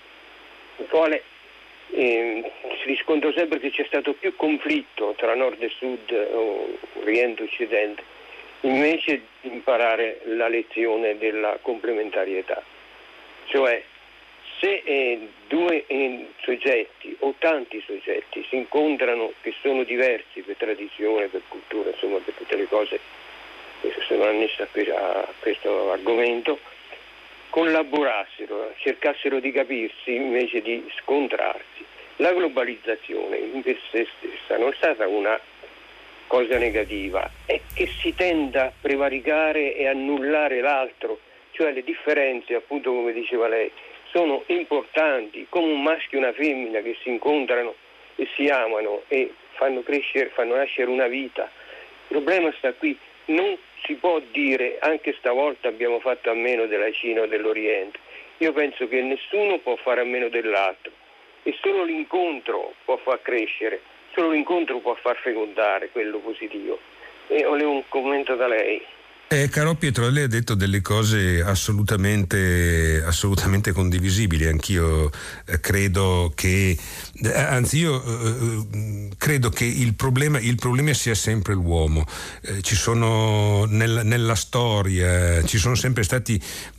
nel quale eh, si riscontra sempre che c'è stato più conflitto tra Nord e Sud, Oriente e Occidente, invece di imparare la lezione della complementarietà. Cioè, se eh, due eh, soggetti o tanti soggetti si incontrano che sono diversi per tradizione, per cultura, insomma per tutte le cose che sono annesse a questo argomento, collaborassero, cercassero di capirsi invece di scontrarsi. La globalizzazione in per sé stessa non è stata una cosa negativa, è che si tenda a prevaricare e annullare l'altro, cioè le differenze, appunto come diceva lei, sono importanti, come un maschio e una femmina che si incontrano e si amano e fanno crescere, fanno nascere una vita. Il problema sta qui, non si può dire anche stavolta abbiamo fatto a meno della Cina o dell'Oriente. Io penso che nessuno può fare a meno dell'altro e solo l'incontro può far crescere, solo l'incontro può far fecondare quello positivo. E volevo un commento da lei. Eh, caro Pietro, lei ha detto delle cose assolutamente, assolutamente condivisibili. Anch'io eh, credo che, eh, anzi io eh, credo che il problema, il problema sia sempre l'uomo. Eh, ci sono nella, nella storia, ci sono sempre stati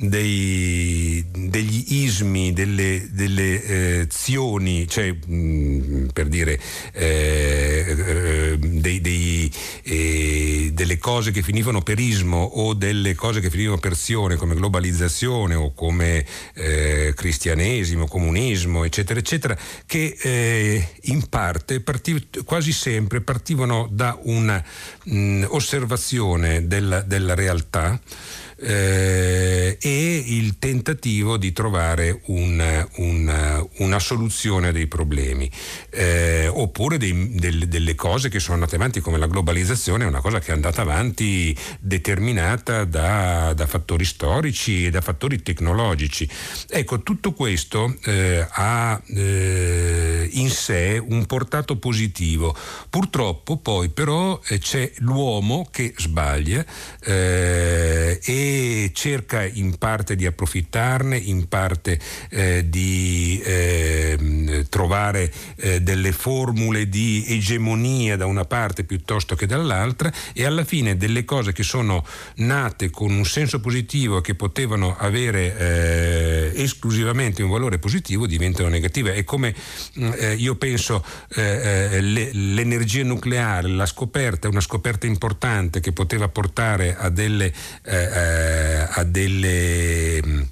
dei, degli ismi, delle, delle eh, azioni, cioè mh, per dire eh, eh, dei, dei, eh, delle cose che finivano per ismo o delle cose che finivano per azione, come globalizzazione o come eh, cristianesimo, comunismo, eccetera, eccetera, che eh, in parte, partiv- quasi sempre partivano da una mh, osservazione della, della realtà eh, e il tentativo di trovare una, una, una soluzione dei problemi, eh, oppure dei, del, delle cose che sono andate avanti, come la globalizzazione, è una cosa che è andata avanti determinata da, da fattori storici e da fattori tecnologici. Ecco, tutto questo eh, ha eh, in sé un portato positivo. Purtroppo poi però eh, c'è l'uomo che sbaglia eh, e cerca in parte di approfittarne, in parte eh, di eh, trovare eh, delle formule di egemonia da una parte piuttosto che dall'altra, e alla fine delle cose che sono nate con un senso positivo e che potevano avere eh, esclusivamente un valore positivo diventano negative. È come eh, io penso eh, le, l'energia nucleare, la scoperta, una scoperta importante che poteva portare a delle eh, a delle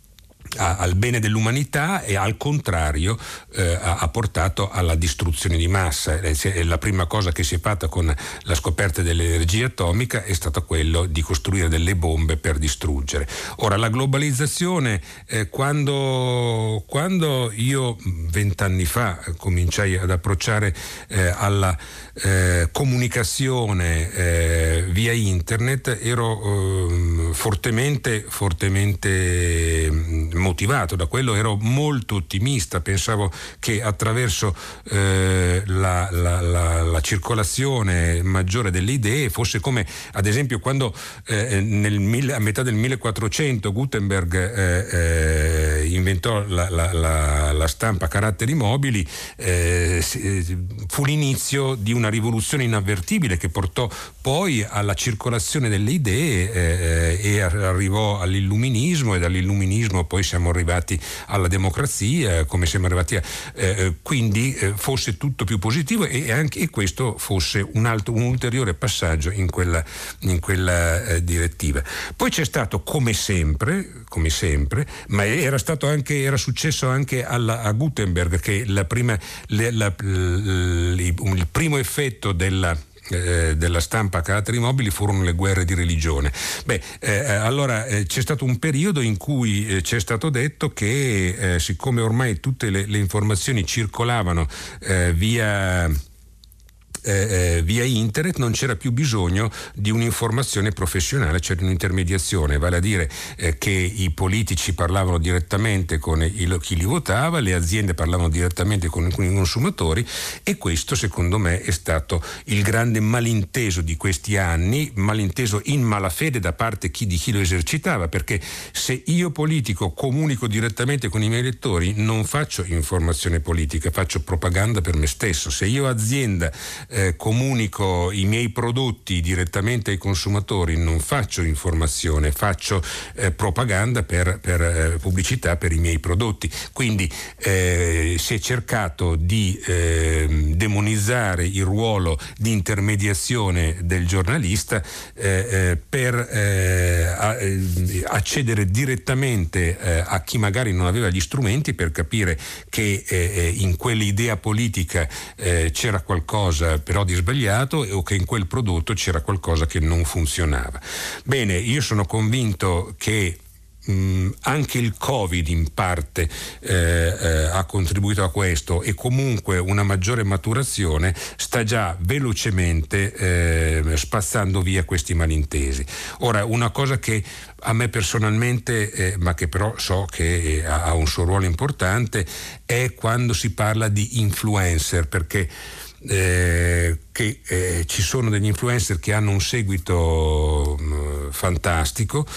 A, al bene dell'umanità, e al contrario eh, ha, ha portato alla distruzione di massa. E la prima cosa che si è fatta con la scoperta dell'energia atomica è stata quello di costruire delle bombe per distruggere. Ora, la globalizzazione, eh, quando, quando io vent'anni fa cominciai ad approcciare eh, alla eh, comunicazione eh, via internet, ero eh, fortemente fortemente motivato da quello, ero molto ottimista, pensavo che attraverso eh, la, la, la, la circolazione maggiore delle idee fosse come, ad esempio, quando eh, nel mille, a metà del millequattrocento Gutenberg eh, eh, inventò la, la, la, la stampa a caratteri mobili, eh, fu l'inizio di una rivoluzione inavvertibile che portò poi alla circolazione delle idee eh, e arrivò all'illuminismo, e dall'illuminismo poi siamo arrivati alla democrazia, come siamo arrivati a eh, quindi eh, fosse tutto più positivo, e anche e questo fosse un altro un ulteriore passaggio in quella in quella eh, direttiva. Poi c'è stato, come sempre come sempre ma era stato anche era successo anche alla, a Gutenberg, che la prima le, la, l, il primo effetto della Eh, della stampa a caratteri mobili furono le guerre di religione. Beh, eh, allora eh, c'è stato un periodo in cui eh, c'è stato detto che eh, siccome ormai tutte le, le informazioni circolavano eh, via Eh, via internet, non c'era più bisogno di un'informazione professionale, cioè di un'intermediazione, vale a dire eh, che i politici parlavano direttamente con il, chi li votava, le aziende parlavano direttamente con, con i consumatori, e questo secondo me è stato il grande malinteso di questi anni, malinteso in malafede da parte chi, di chi lo esercitava, perché se io politico comunico direttamente con i miei elettori non faccio informazione politica, faccio propaganda per me stesso. Se io azienda Eh, comunico i miei prodotti direttamente ai consumatori, non faccio informazione, faccio eh, propaganda per, per eh, pubblicità per i miei prodotti. Quindi eh, si è cercato di eh, demonizzare il ruolo di intermediazione del giornalista eh, eh, per eh, a, eh, accedere direttamente eh, a chi magari non aveva gli strumenti per capire che eh, in quell'idea politica eh, c'era qualcosa però di sbagliato, o che in quel prodotto c'era qualcosa che non funzionava. Bene, io sono convinto che mh, anche il Covid in parte eh, eh, ha contribuito a questo, e comunque una maggiore maturazione sta già velocemente eh, spazzando via questi malintesi. Ora, una cosa che a me personalmente, eh, ma che però so che eh, ha un suo ruolo importante, è quando si parla di influencer, perché eh, che eh, ci sono degli influencer che hanno un seguito mh, fantastico.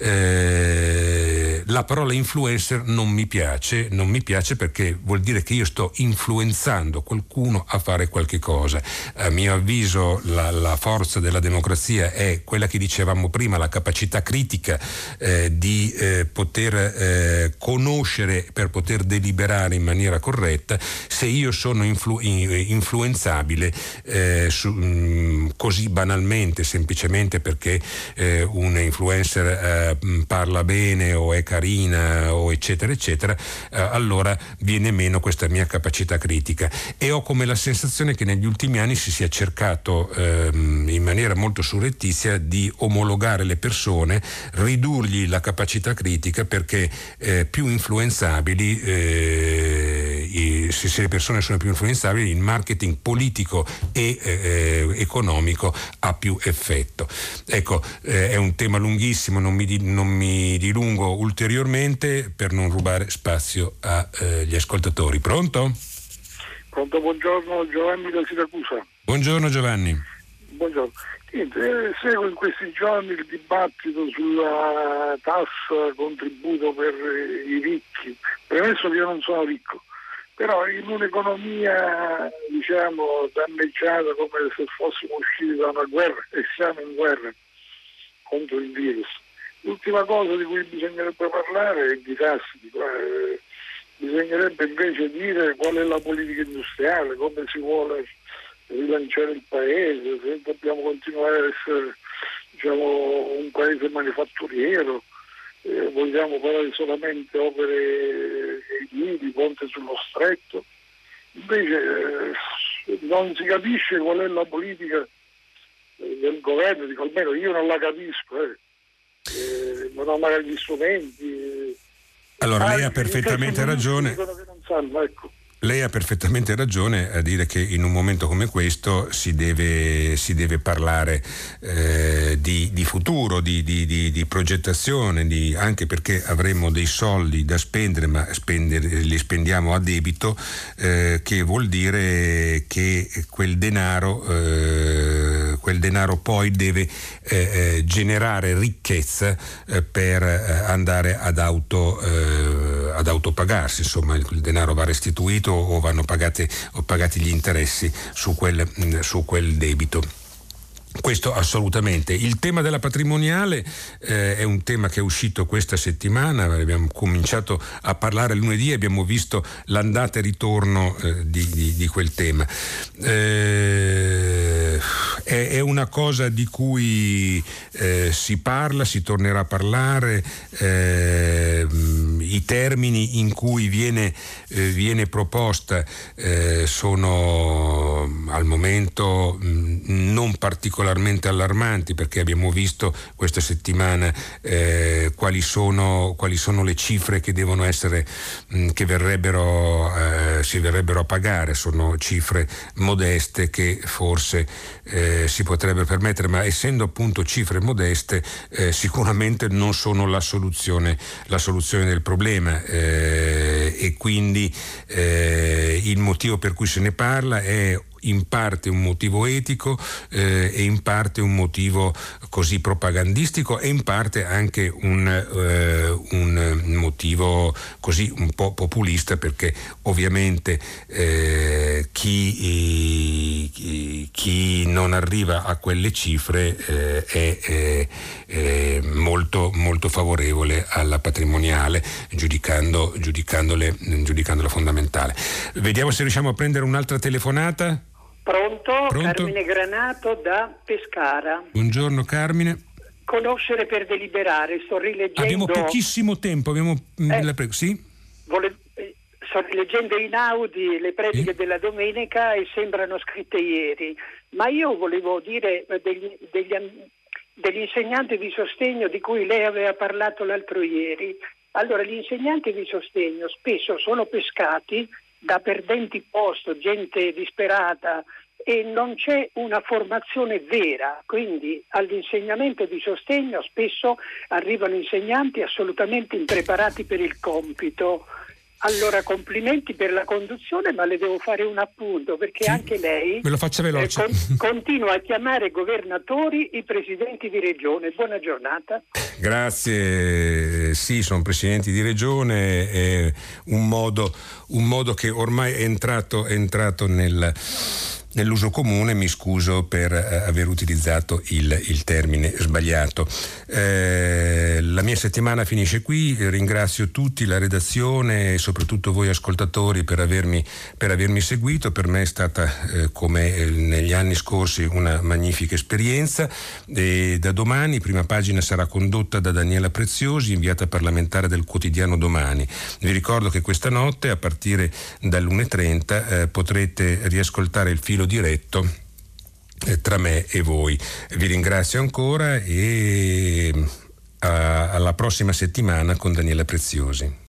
Eh, la parola influencer non mi piace, non mi piace perché vuol dire che io sto influenzando qualcuno a fare qualche cosa. A mio avviso la, la forza della democrazia è quella che dicevamo prima, la capacità critica eh, di eh, poter eh, conoscere per poter deliberare in maniera corretta. Se io sono influ- influenzabile eh, su, mh, così banalmente, semplicemente perché eh, un influencer eh, parla bene o è carina o eccetera eccetera, eh, allora viene meno questa mia capacità critica, e ho come la sensazione che negli ultimi anni si sia cercato ehm, in maniera molto surrettizia di omologare le persone, ridurgli la capacità critica, perché eh, più influenzabili eh, i, se, se le persone sono più influenzabili, il marketing politico e eh, economico ha più effetto. Ecco, eh, è un tema lunghissimo, non mi, non mi dilungo ulteriormente per non rubare spazio agli eh, ascoltatori. Pronto? Pronto, buongiorno, Giovanni da Siracusa. Buongiorno Giovanni. Buongiorno. Niente, eh, seguo in questi giorni il dibattito sulla tassa contributo per eh, i ricchi. Premesso che io non sono ricco, però in un'economia, diciamo, danneggiata come se fossimo usciti da una guerra, e siamo in guerra contro il virus, l'ultima cosa di cui bisognerebbe parlare è di tassi. Eh, bisognerebbe invece dire qual è la politica industriale, come si vuole rilanciare il paese, se dobbiamo continuare ad essere, diciamo, un paese manifatturiero, eh, vogliamo fare solamente opere edili, ponte sullo stretto. Invece eh, non si capisce qual è la politica eh, del governo, dico, almeno io non la capisco, eh. Eh, non ho magari gli strumenti. Eh. Allora, lei ha Anzi, perfettamente ragione. Dicono che non sanno, ecco. Lei ha perfettamente ragione a dire che in un momento come questo si deve, si deve parlare eh, di, di futuro, di, di, di, di progettazione, di, anche perché avremo dei soldi da spendere, ma spendere, li spendiamo a debito, eh, che vuol dire che quel denaro, eh, quel denaro poi deve eh, eh, generare ricchezza eh, per eh, andare ad auto eh, ad autopagarsi. Insomma, il, il denaro va restituito o vanno pagate, o pagati gli interessi su quel, su quel debito. Questo assolutamente. Il tema della patrimoniale eh, è un tema che è uscito questa settimana, abbiamo cominciato a parlare lunedì e abbiamo visto l'andata e ritorno eh, di, di, di quel tema. Eh, è, è una cosa di cui eh, si parla, si tornerà a parlare, eh, i termini in cui viene, eh, viene proposta eh, sono al momento mh, non particolarmente allarmanti, perché abbiamo visto questa settimana eh, quali sono quali sono le cifre che devono essere mh, che verrebbero eh, si verrebbero a pagare. Sono cifre modeste che forse eh, si potrebbero permettere, ma essendo appunto cifre modeste eh, sicuramente non sono la soluzione la soluzione del problema, eh, e quindi eh, il motivo per cui se ne parla è in parte un motivo etico eh, e in parte un motivo così propagandistico, e in parte anche un, eh, un motivo così un po' populista, perché ovviamente eh, chi, chi, chi non arriva a quelle cifre eh, è, è, è molto, molto favorevole alla patrimoniale, giudicando, giudicandole, giudicandola fondamentale. Vediamo se riusciamo a prendere un'altra telefonata. Pronto? Pronto? Carmine Granato da Pescara. Buongiorno Carmine. Conoscere per deliberare, sto rileggendo. Abbiamo pochissimo tempo, abbiamo eh, la prego, sì? Vole... Sto rileggendo in Audi le prediche sì? della domenica e sembrano scritte ieri, ma io volevo dire degli, degli, degli insegnanti di sostegno di cui lei aveva parlato l'altro ieri. Allora, gli insegnanti di sostegno spesso sono pescati da perdenti posto, gente disperata, e non c'è una formazione vera, quindi all'insegnamento di sostegno spesso arrivano insegnanti assolutamente impreparati per il compito. Allora, complimenti per la conduzione, ma le devo fare un appunto, perché sì, anche lei me lo faccia veloce. Eh, con, continua a chiamare governatori i presidenti di regione. Buona giornata. Grazie, sì, sono presidenti di regione, è un modo, un modo che ormai è entrato, è entrato nel... nell'uso comune. Mi scuso per eh, aver utilizzato il, il termine sbagliato. Eh, la mia settimana finisce qui, ringrazio tutti, la redazione e soprattutto voi ascoltatori per avermi, per avermi seguito. Per me è stata eh, come eh, negli anni scorsi una magnifica esperienza e da domani Prima Pagina sarà condotta da Daniela Preziosi, inviata parlamentare del quotidiano Domani. Vi ricordo che questa notte a partire dall'una e trenta eh, potrete riascoltare il filo diretto eh, tra me e voi. Vi ringrazio ancora e a, alla prossima settimana con Daniela Preziosi.